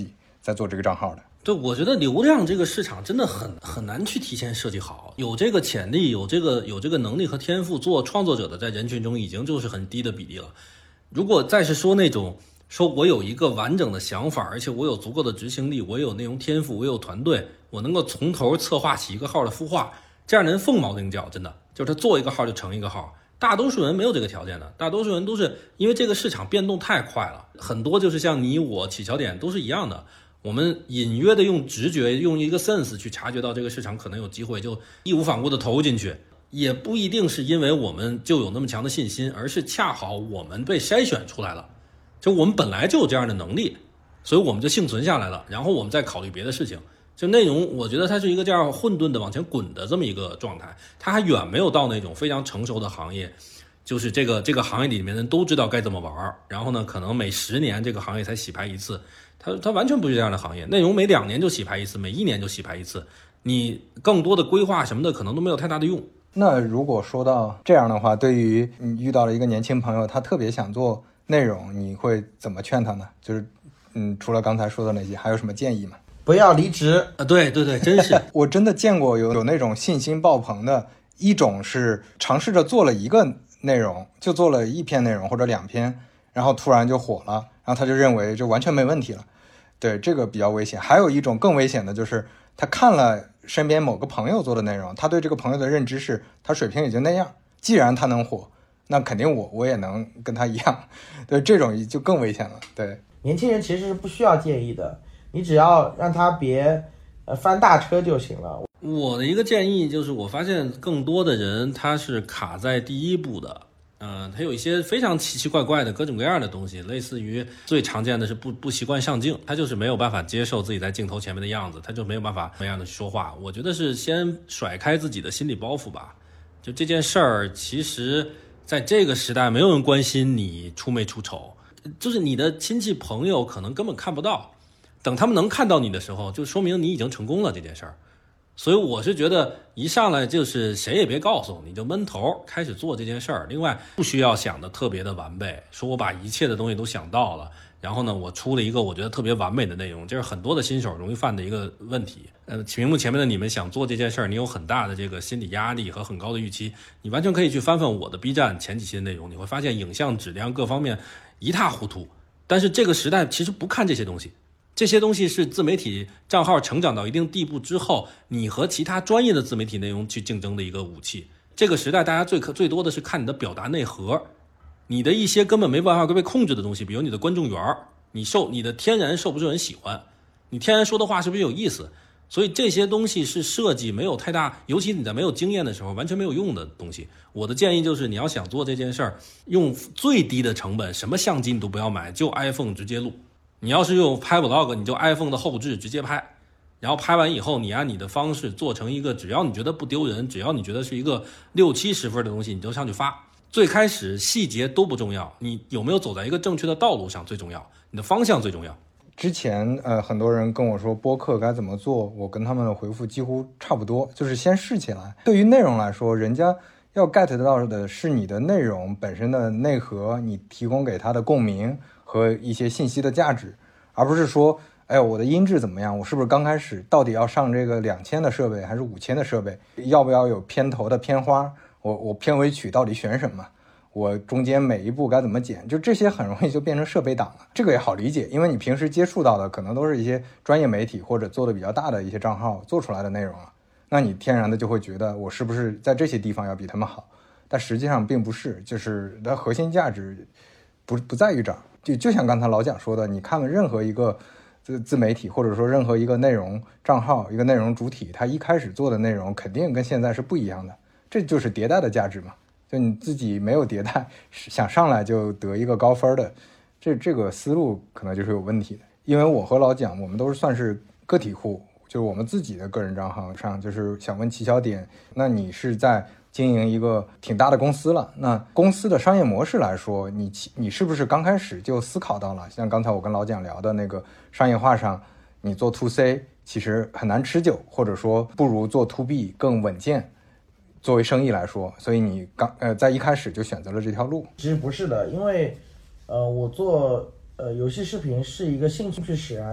在做这个账号的。 对，我觉得流量这个市场真的很很难去提前设计好，有这个潜力，有这个有这个能力和天赋做创作者的，在人群中已经就是很低的比例了。如果再是说那种说我有一个完整的想法，而且我有足够的执行力，我有内容天赋，我有团队，我能够从头策划起一个号的孵化，这样的人凤毛麟角，真的就是他做一个号就成一个号。大多数人没有这个条件的，大多数人都是因为这个市场变动太快了，很多就是像你我起跑点都是一样的，我们隐约的用直觉用一个 sense 去察觉到这个市场可能有机会，就义无反顾的投进去，也不一定是因为我们就有那么强的信心，而是恰好我们被筛选出来了，就我们本来就有这样的能力，所以我们就幸存下来了，然后我们再考虑别的事情。就内容我觉得它是一个这样混沌的往前滚的这么一个状态，它还远没有到那种非常成熟的行业，就是这个这个行业里面人都知道该怎么玩，然后呢可能每十年这个行业才洗牌一次，它它完全不是这样的行业，内容每两年就洗牌一次，每一年就洗牌一次，你更多的规划什么的可能都没有太大的用。 那如果说到这样的话，对于你遇到了一个年轻朋友，他特别想做内容，你会怎么劝他呢？就是嗯，除了刚才说的那些，还有什么建议吗？ 不要离职啊！对对对，真是我真的见过有有那种信心爆棚的，一种是尝试着做了一个内容，就做了一篇内容或者两篇，然后突然就火了，然后他就认为就完全没问题了。对，这个比较危险。还有一种更危险的就是他看了身边某个朋友做的内容，他对这个朋友的认知是他水平也就那样，既然他能火，那肯定我我也能跟他一样。对，这种就更危险了。对， 年轻人其实是不需要建议的，你只要让他别呃翻大车就行了。 我的一个建议就是，我发现更多的人他是卡在第一步的，嗯、呃，他有一些非常奇奇怪怪的各种各样的东西，类似于最常见的是不不习惯上镜，他就是没有办法接受自己在镜头前面的样子，他就没有办法那样的说话。我觉得是先甩开自己的心理包袱吧，就这件事儿，其实在这个时代没有人关心你出没出丑，就是你的亲戚朋友可能根本看不到。等他们能看到你的时候，就说明你已经成功了这件事儿。所以我是觉得一上来就是谁也别告诉你，就闷头开始做这件事儿。另外不需要想的特别的完备，说我把一切的东西都想到了，然后呢我出了一个我觉得特别完美的内容，这是很多的新手容易犯的一个问题。呃，屏幕前面的你们想做这件事儿，你有很大的这个心理压力和很高的预期，你完全可以去翻翻我的 B 站前几期的内容，你会发现影像质量各方面一塌糊涂。但是这个时代其实不看这些东西，这些东西是自媒体账号成长到一定地步之后，你和其他专业的自媒体内容去竞争的一个武器。这个时代大家最可最多的是看你的表达内核，你的一些根本没办法被控制的东西，比如你的观众缘，你受你的天然受不受人喜欢，你天然说的话是不是有意思。所以这些东西是设计没有太大，尤其你在没有经验的时候完全没有用的东西。我的建议就是你要想做这件事儿，用最低的成本，什么相机你都不要买，就 iPhone 直接录。你要是用拍 vlog， 你就 iPhone 的后置直接拍，然后拍完以后，你按你的方式做成一个，只要你觉得不丢人，只要你觉得是一个六七十分的东西，你就上去发。最开始细节都不重要，你有没有走在一个正确的道路上最重要，你的方向最重要。 之前呃很多人跟我说播客该怎么做，我跟他们的回复几乎差不多，就是先试起来。对于内容来说，人家要 get 到的是你的内容本身的内核，你提供给他的共鸣和一些信息的价值，而不是说哎我的音质怎么样，我是不是刚开始到底要上这个两千的设备还是五千的设备，要不要有片头的片花，我我片尾曲到底选什么，我中间每一步该怎么剪，就这些很容易就变成设备党了。这个也好理解，因为你平时接触到的可能都是一些专业媒体或者做的比较大的一些账号做出来的内容了，那你天然的就会觉得我是不是在这些地方要比他们好，但实际上并不是，就是它核心价值不不在于这儿。就就像刚才老蒋说的，你看任何一个自自媒体或者说任何一个内容账号一个内容主体，它一开始做的内容肯定跟现在是不一样的，这就是迭代的价值嘛。就你自己没有迭代，想上来就得一个高分的，这这个思路可能就是有问题的。因为我和老蒋我们都是算是个体户，就是我们自己的个人账号上，就是想问起小点，那你是在经营一个挺大的公司了，那公司的商业模式来说，你你是不是刚开始就思考到了，像刚才我跟老蒋聊的那个商业化上，你做 to C 其实很难持久，或者说不如做 to B 更稳健，作为生意来说，所以你刚呃在一开始就选择了这条路。 其实不是的，因为呃我做呃游戏视频是一个兴趣使然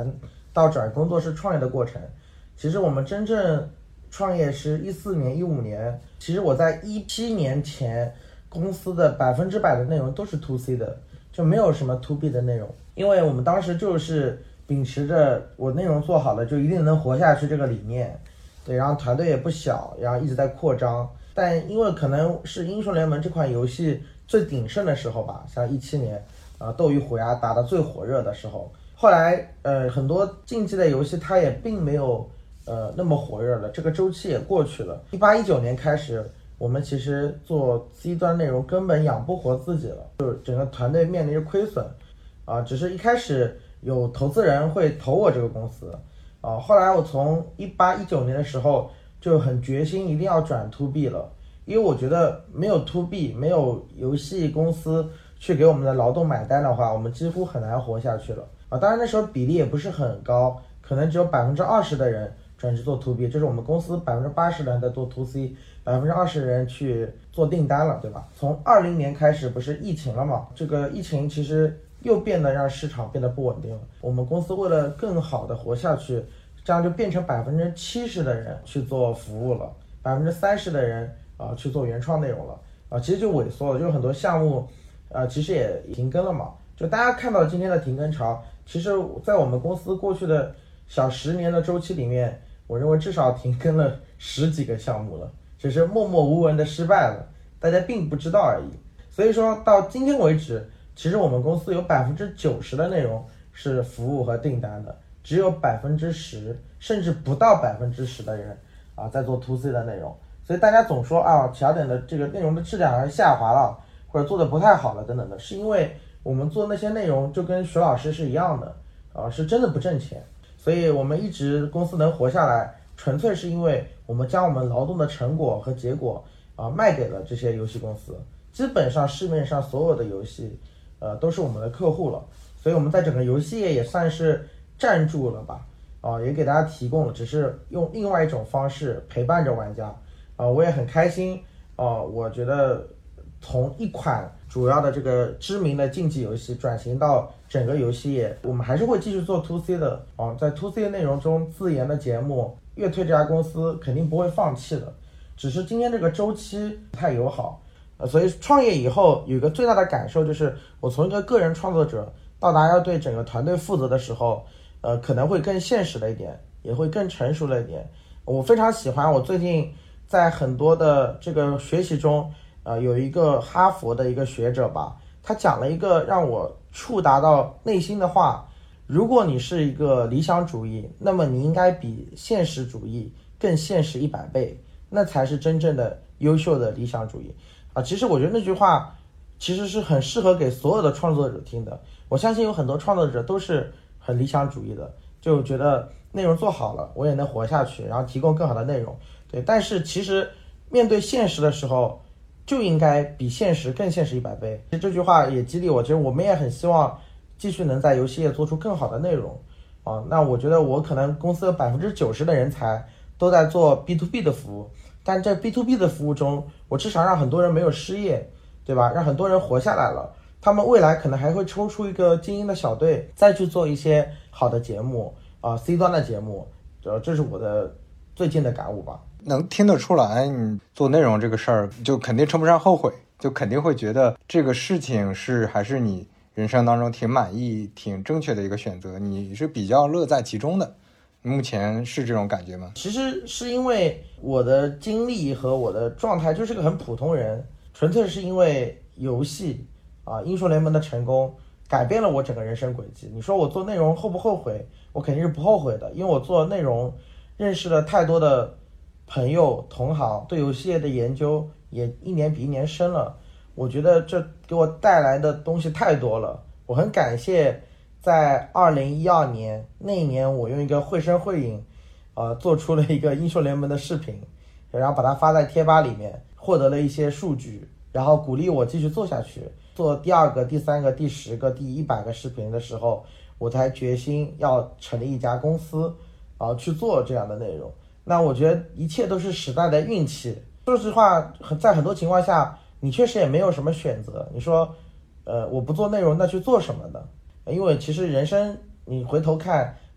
到转工作室创业的过程。其实我们真正创业是一四年、一五年，其实我在一七年前公司的百分之百的内容都是 to C 的，就没有什么 to B 的内容，因为我们当时就是秉持着我内容做好了就一定能活下去这个理念。对，然后团队也不小，然后一直在扩张。但因为可能是英雄联盟这款游戏最鼎盛的时候吧，像一七年，呃，斗鱼虎牙打得最火热的时候，后来呃很多竞技类游戏它也并没有呃那么火热了，这个周期也过去了。一八一九年开始，我们其实做 C 端内容根本养不活自己了，就整个团队面临着亏损，啊、呃，只是一开始有投资人会投我这个公司。啊，后来我从一八一九年的时候就很决心一定要转 to B 了，因为我觉得没有 to B， 没有游戏公司去给我们的劳动买单的话，我们几乎很难活下去了啊。当然那时候比例也不是很高，可能只有百分之二十的人转去做 to B， 这是我们公司百分之八十的人在做 to C， 百分之二十人去做订单了，对吧？从二零年开始不是疫情了嘛？这个疫情其实又变得让市场变得不稳定了。我们公司为了更好的活下去，这样就变成百分之七十的人去做服务了，百分之三十的人啊、呃、去做原创内容了啊、呃，其实就萎缩了，就很多项目啊、呃、其实也停更了嘛。就大家看到今天的停更潮，其实在我们公司过去的小十年的周期里面，我认为至少停更了十几个项目了，只是默默无闻的失败了，大家并不知道而已。所以说到今天为止，其实我们公司有百分之九十的内容是服务和订单的，只有百分之十甚至不到百分之十的人啊在做 to C 的内容。所以大家总说啊，起跑点的这个内容的质量还是下滑了，或者做的不太好了等等的，是因为我们做那些内容就跟徐老师是一样的啊，是真的不挣钱。所以我们一直公司能活下来，纯粹是因为我们将我们劳动的成果和结果啊卖给了这些游戏公司。基本上市面上所有的游戏呃都是我们的客户了，所以我们在整个游戏业也算是站住了吧，啊，也给大家提供了，只是用另外一种方式陪伴着玩家，啊，我也很开心，啊，我觉得从一款主要的这个知名的竞技游戏转型到整个游戏业，我们还是会继续做 to C 的，啊，在 to C 内容中自研的节目，乐推这家公司肯定不会放弃的，只是今天这个周期不太友好。呃，所以创业以后有一个最大的感受就是，我从一个个人创作者到达要对整个团队负责的时候，呃，可能会更现实了一点，也会更成熟了一点。我非常喜欢，我最近在很多的这个学习中，呃，有一个哈佛的一个学者吧，他讲了一个让我触达到内心的话：如果你是一个理想主义，那么你应该比现实主义更现实一百倍，那才是真正的优秀的理想主义。啊，其实我觉得那句话其实是很适合给所有的创作者听的。我相信有很多创作者都是很理想主义的，就觉得内容做好了，我也能活下去，然后提供更好的内容。对，但是其实面对现实的时候，就应该比现实更现实一百倍。其实这句话也激励我，其实我们也很希望继续能在游戏业做出更好的内容。啊，那我觉得我可能公司有百分之九十的人才都在做 B to B 的服务。但在 B to B 的服务中，我至少让很多人没有失业，对吧？让很多人活下来了。他们未来可能还会抽出一个精英的小队，再去做一些好的节目啊、呃、，C 端的节目。呃，这是我的最近的感悟吧。 能听得出来，你做内容这个事儿，就肯定称不上后悔，就肯定会觉得这个事情是还是你人生当中挺满意、挺正确的一个选择，你是比较乐在其中的。目前是这种感觉吗？ 其实是因为我的经历和我的状态就是个很普通人，纯粹是因为游戏啊，英雄联盟的成功改变了我整个人生轨迹。你说我做内容后不后悔？我肯定是不后悔的，因为我做内容认识了太多的朋友同行，对游戏业的研究也一年比一年深了。我觉得这给我带来的东西太多了，我很感谢在二零一二年那一年，我用一个绘声绘影，呃，做出了一个英雄联盟的视频，然后把它发在贴吧里面，获得了一些数据，然后鼓励我继续做下去。做第二个、第三个、第十个、第一百个视频的时候，我才决心要成立一家公司，啊、呃，去做这样的内容。那我觉得一切都是时代的运气。说实话，在很多情况下，你确实也没有什么选择。你说，呃，我不做内容，那去做什么呢？因为其实人生你回头看，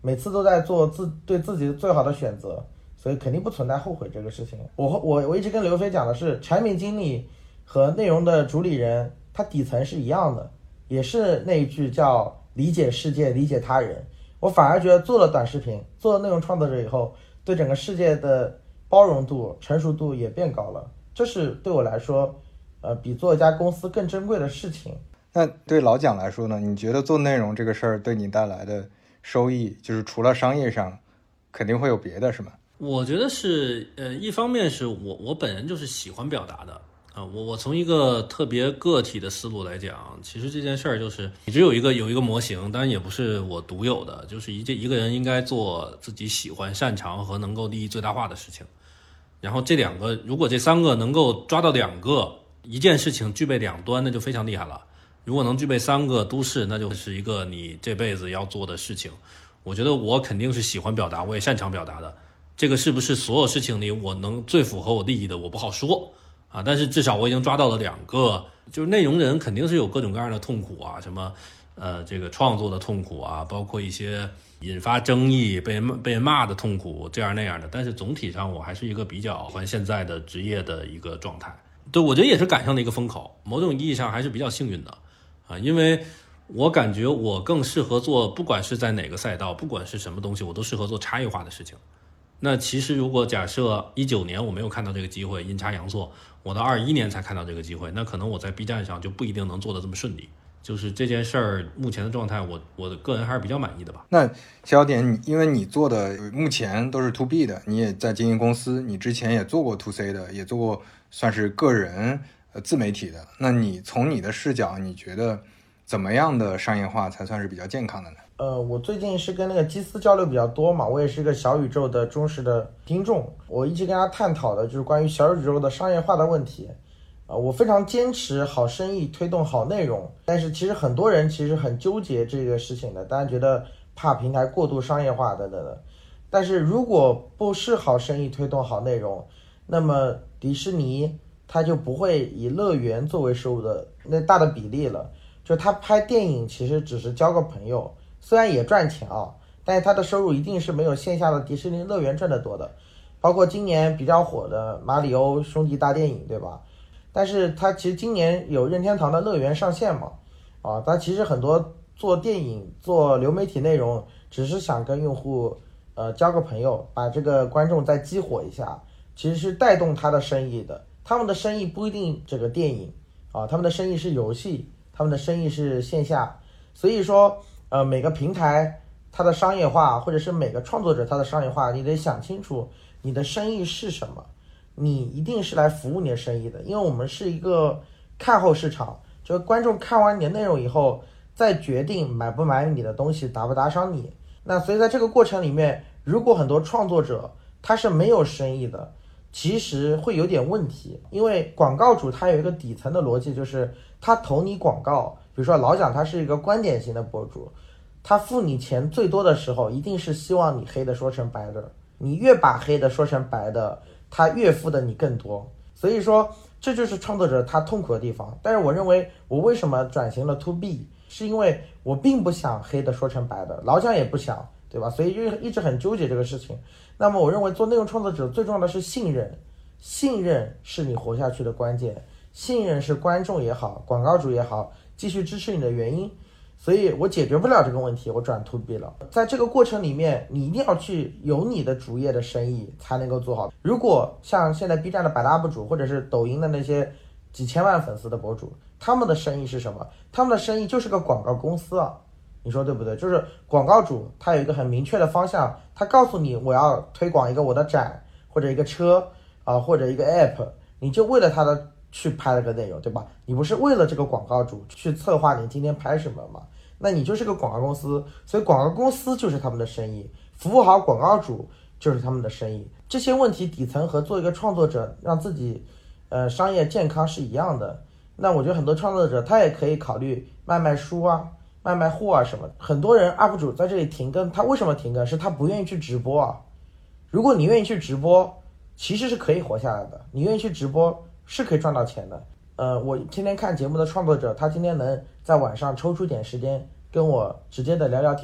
每次都在做自对自己最好的选择，所以肯定不存在后悔这个事情。我我我一直跟刘飞讲的是，产品经理和内容的主理人，他底层是一样的，也是那一句叫理解世界，理解他人。我反而觉得做了短视频，做了内容创作者以后，对整个世界的包容度、成熟度也变高了。这是对我来说，呃，比做一家公司更珍贵的事情。 那对老蒋来说呢？你觉得做内容这个事儿对你带来的收益，就是除了商业上，肯定会有别的，是吗？ 我觉得是，呃，一方面是我我本人就是喜欢表达的啊，我我从一个特别个体的思路来讲，其实这件事儿就是你只有一个有一个模型，当然也不是我独有的，就是一这一个人应该做自己喜欢、擅长和能够利益最大化的事情。然后这两个，如果这三个能够抓到两个，一件事情具备两端，那就非常厉害了。如果能具备三个都是，那就是一个你这辈子要做的事情。我觉得我肯定是喜欢表达，我也擅长表达的。这个是不是所有事情里我能最符合我利益的，我不好说啊。但是至少我已经抓到了两个，就是内容人肯定是有各种各样的痛苦啊，什么呃这个创作的痛苦啊，包括一些引发争议、被人被人骂的痛苦，这样那样的。但是总体上我还是一个比较喜欢现在的职业的一个状态。对，我觉得也是赶上了一个风口，某种意义上还是比较幸运的。啊，因为我感觉我更适合做，不管是在哪个赛道，不管是什么东西，我都适合做差异化的事情。那其实如果假设一九年我没有看到这个机会，阴差阳错，我到二一年才看到这个机会，那可能我在 B 站上就不一定能做得这么顺利。就是这件事儿目前的状态，我我的个人还是比较满意的吧。 那小点，因为你做的目前都是 to B 的，你也在经营公司，你之前也做过 to C 的，也做过算是个人呃自媒体的。那你从你的视角，你觉得怎么样的商业化才算是比较健康的呢？ 呃，我最近是跟那个基斯交流比较多嘛，我也是一个小宇宙的忠实的听众，我一直跟他探讨的就是关于小宇宙的商业化的问题。呃，我非常坚持好生意推动好内容，但是其实很多人其实很纠结这个事情的，大家觉得怕平台过度商业化等等的。但是如果不是好生意推动好内容，那么迪士尼它就不会以乐园作为收入的那大的比例了。就他拍电影其实只是交个朋友，虽然也赚钱啊，但是他的收入一定是没有线下的迪士尼乐园赚得多的。包括今年比较火的马里欧兄弟大电影，对吧？但是他其实今年有任天堂的乐园上线嘛，啊，他其实很多做电影做流媒体内容只是想跟用户呃交个朋友，把这个观众再激活一下，其实是带动他的生意的。他们的生意不一定这个电影啊，他们的生意是游戏，他们的生意是线下。所以说呃每个平台它的商业化，或者是每个创作者他的商业化，你得想清楚你的生意是什么。你一定是来服务你的生意的，因为我们是一个看后市场，就是观众看完你的内容以后再决定买不买你的东西，打不打赏你。那所以在这个过程里面，如果很多创作者他是没有生意的，其实会有点问题。因为广告主他有一个底层的逻辑，就是他投你广告，比如说老蒋他是一个观点型的博主，他付你钱最多的时候一定是希望你黑的说成白的，你越把黑的说成白的，他越付的你更多。所以说这就是创作者他痛苦的地方。但是我认为我为什么转型了 to B， 是因为我并不想黑的说成白的，老蒋也不想，对吧？所以就一直很纠结这个事情。那么我认为做内容创作者最重要的是信任，信任是你活下去的关键，信任是观众也好，广告主也好继续支持你的原因。所以我解决不了这个问题，我转 to B 了。在这个过程里面，你一定要去有你的主业的生意才能够做好。如果像现在 B 站的百大 U P 主，或者是抖音的那些几千万粉丝的博主，他们的生意是什么？他们的生意就是个广告公司啊，你说对不对？就是广告主他有一个很明确的方向，他告诉你我要推广一个我的展，或者一个车啊、呃，或者一个 app， 你就为了他的去拍了个内容，对吧？你不是为了这个广告主去策划你今天拍什么吗？那你就是个广告公司，所以广告公司就是他们的生意，服务好广告主就是他们的生意。这些问题底层和做一个创作者让自己呃商业健康是一样的。那我觉得很多创作者他也可以考虑卖卖书啊，卖卖货啊什么。很多人 U P 主在这里停更，他为什么停更？是他不愿意去直播啊。如果你愿意去直播，其实是可以活下来的，你愿意去直播是可以赚到钱的。呃，我天天看节目的创作者，他今天能在晚上抽出点时间跟我直接的聊聊天，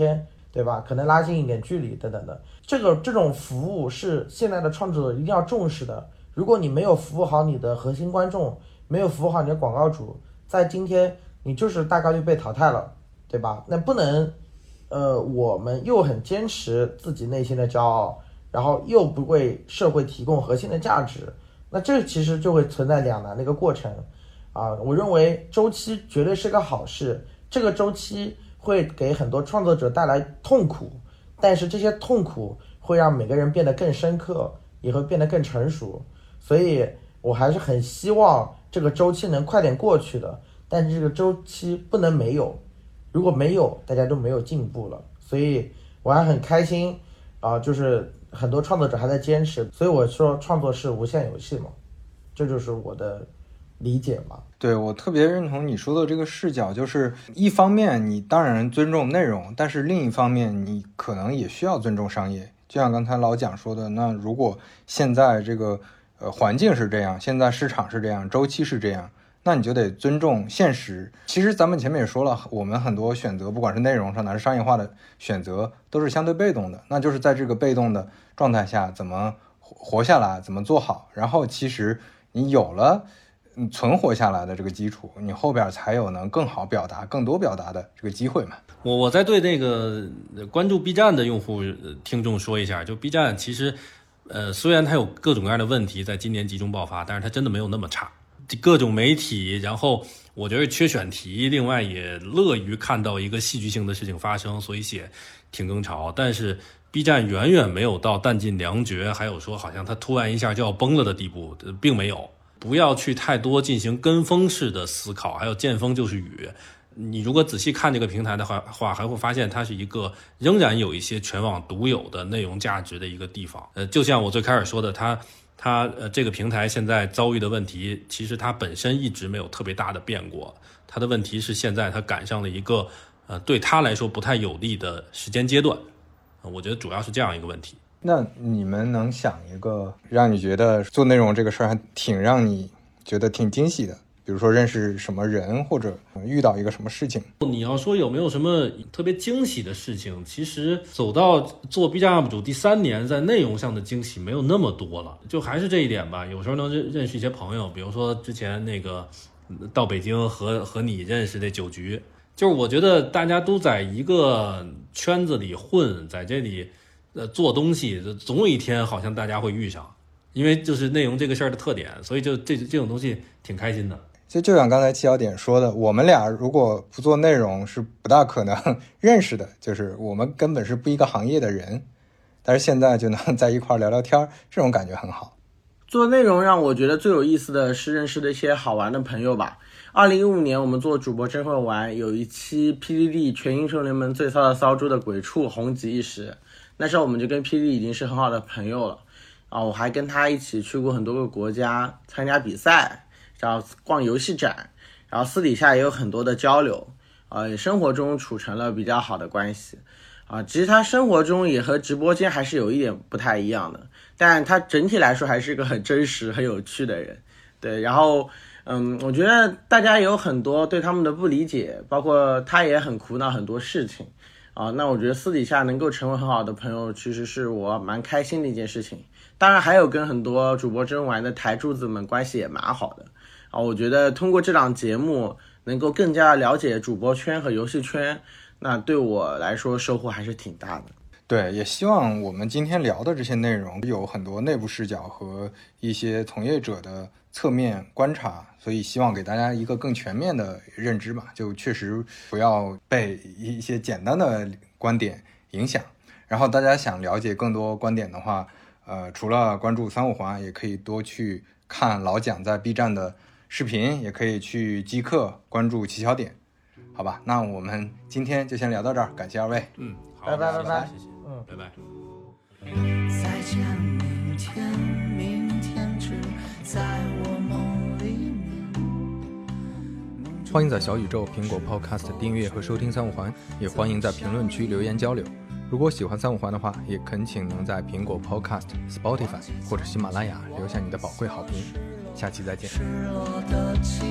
对吧？可能拉近一点距离等等的。这个这种服务是现在的创作者一定要重视的。如果你没有服务好你的核心观众，没有服务好你的广告主，在今天你就是大概率被淘汰了，对吧？那不能，呃，我们又很坚持自己内心的骄傲，然后又不为社会提供核心的价值，那这其实就会存在两难的一个过程啊。我认为周期绝对是个好事，这个周期会给很多创作者带来痛苦，但是这些痛苦会让每个人变得更深刻，也会变得更成熟。所以我还是很希望这个周期能快点过去的，但是这个周期不能没有，如果没有，大家都没有进步了。所以我还很开心啊、呃，就是很多创作者还在坚持，所以我说创作是无限游戏嘛，这就是我的理解嘛。 对，我特别认同你说的这个视角，就是一方面你当然尊重内容，但是另一方面你可能也需要尊重商业。就像刚才老蒋说的，那如果现在这个呃环境是这样，现在市场是这样，周期是这样，那你就得尊重现实。其实咱们前面也说了，我们很多选择，不管是内容上还是商业化的选择，都是相对被动的，那就是在这个被动的状态下怎么活下来，怎么做好，然后其实你有了存活下来的这个基础，你后边才有能更好表达、更多表达的这个机会嘛。 我我再对那个关注 B 站的用户听众说一下，就 B 站其实，呃，虽然它有各种各样的问题在今年集中爆发，但是它真的没有那么差。各种媒体，然后我觉得缺选题，另外也乐于看到一个戏剧性的事情发生，所以写停更潮。但是 B 站远远没有到弹尽粮绝，还有说好像它突然一下就要崩了的地步，并没有。不要去太多进行跟风式的思考，还有见风就是雨。你如果仔细看这个平台的话，还会发现它是一个仍然有一些全网独有的内容价值的一个地方。呃，就像我最开始说的，它它呃这个平台现在遭遇的问题，其实它本身一直没有特别大的变过。它的问题是现在它赶上了一个呃对它来说不太有利的时间阶段。呃、我觉得主要是这样一个问题。 那你们能想一个让你觉得做内容这个事儿还挺让你觉得挺惊喜的，比如说认识什么人或者遇到一个什么事情？ 你要说有没有什么特别惊喜的事情，其实走到做 B 站 U P 主第三年，在内容上的惊喜没有那么多了，就还是这一点吧。有时候能认识一些朋友，比如说之前那个到北京和和你认识的酒局，就是我觉得大家都在一个圈子里混，在这里呃做东西，总有一天好像大家会遇上，因为就是内容这个事儿的特点，所以就这这种东西挺开心的。 就就像刚才七小点说的，我们俩如果不做内容是不大可能认识的，就是我们根本是不一个行业的人，但是现在就能在一块聊聊天，这种感觉很好。 做内容让我觉得最有意思的是认识的一些好玩的朋友吧。二零一五年我们做主播真会玩，有一期 P D D 全英雄联盟最骚的骚猪的鬼畜红极一时，那时候我们就跟 P D D 已经是很好的朋友了啊，我还跟他一起去过很多个国家参加比赛，然后逛游戏展，然后私底下也有很多的交流啊，也生活中处成了比较好的关系啊。其实他生活中也和直播间还是有一点不太一样的，但他整体来说还是一个很真实很有趣的人。对，然后嗯，我觉得大家也有很多对他们的不理解，包括他也很苦恼很多事情啊。那我觉得私底下能够成为很好的朋友，其实是我蛮开心的一件事情。当然还有跟很多主播真玩的台柱子们关系也蛮好的啊。我觉得通过这档节目能够更加了解主播圈和游戏圈，那对我来说收获还是挺大的。 对，也希望我们今天聊的这些内容有很多内部视角和一些从业者的侧面观察，所以希望给大家一个更全面的认知吧，就确实不要被一些简单的观点影响。然后大家想了解更多观点的话，呃，除了关注三五环，也可以多去看老蒋在 B 站的视频，也可以去极客关注七小点，好吧？那我们今天就先聊到这儿，感谢二位。 嗯，好， 拜拜拜拜， 谢谢， 嗯， 拜拜。 再见，明天，明天只在我梦里面。 欢迎在小宇宙、苹果 Podcast 订阅和收听三五环，也欢迎在评论区留言交流。如果喜欢三五环的话，也恳请能在苹果 Podcast、Spotify 或者喜马拉雅留下你的宝贵好评。下期再见。 失落的起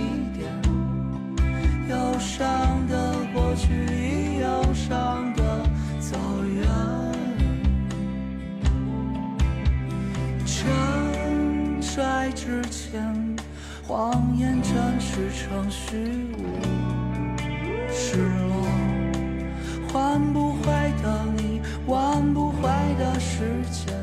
点，忧伤的过去，忧伤的走在之前，谎言真实成虚无。失落，换不回的你，挽不回的时间。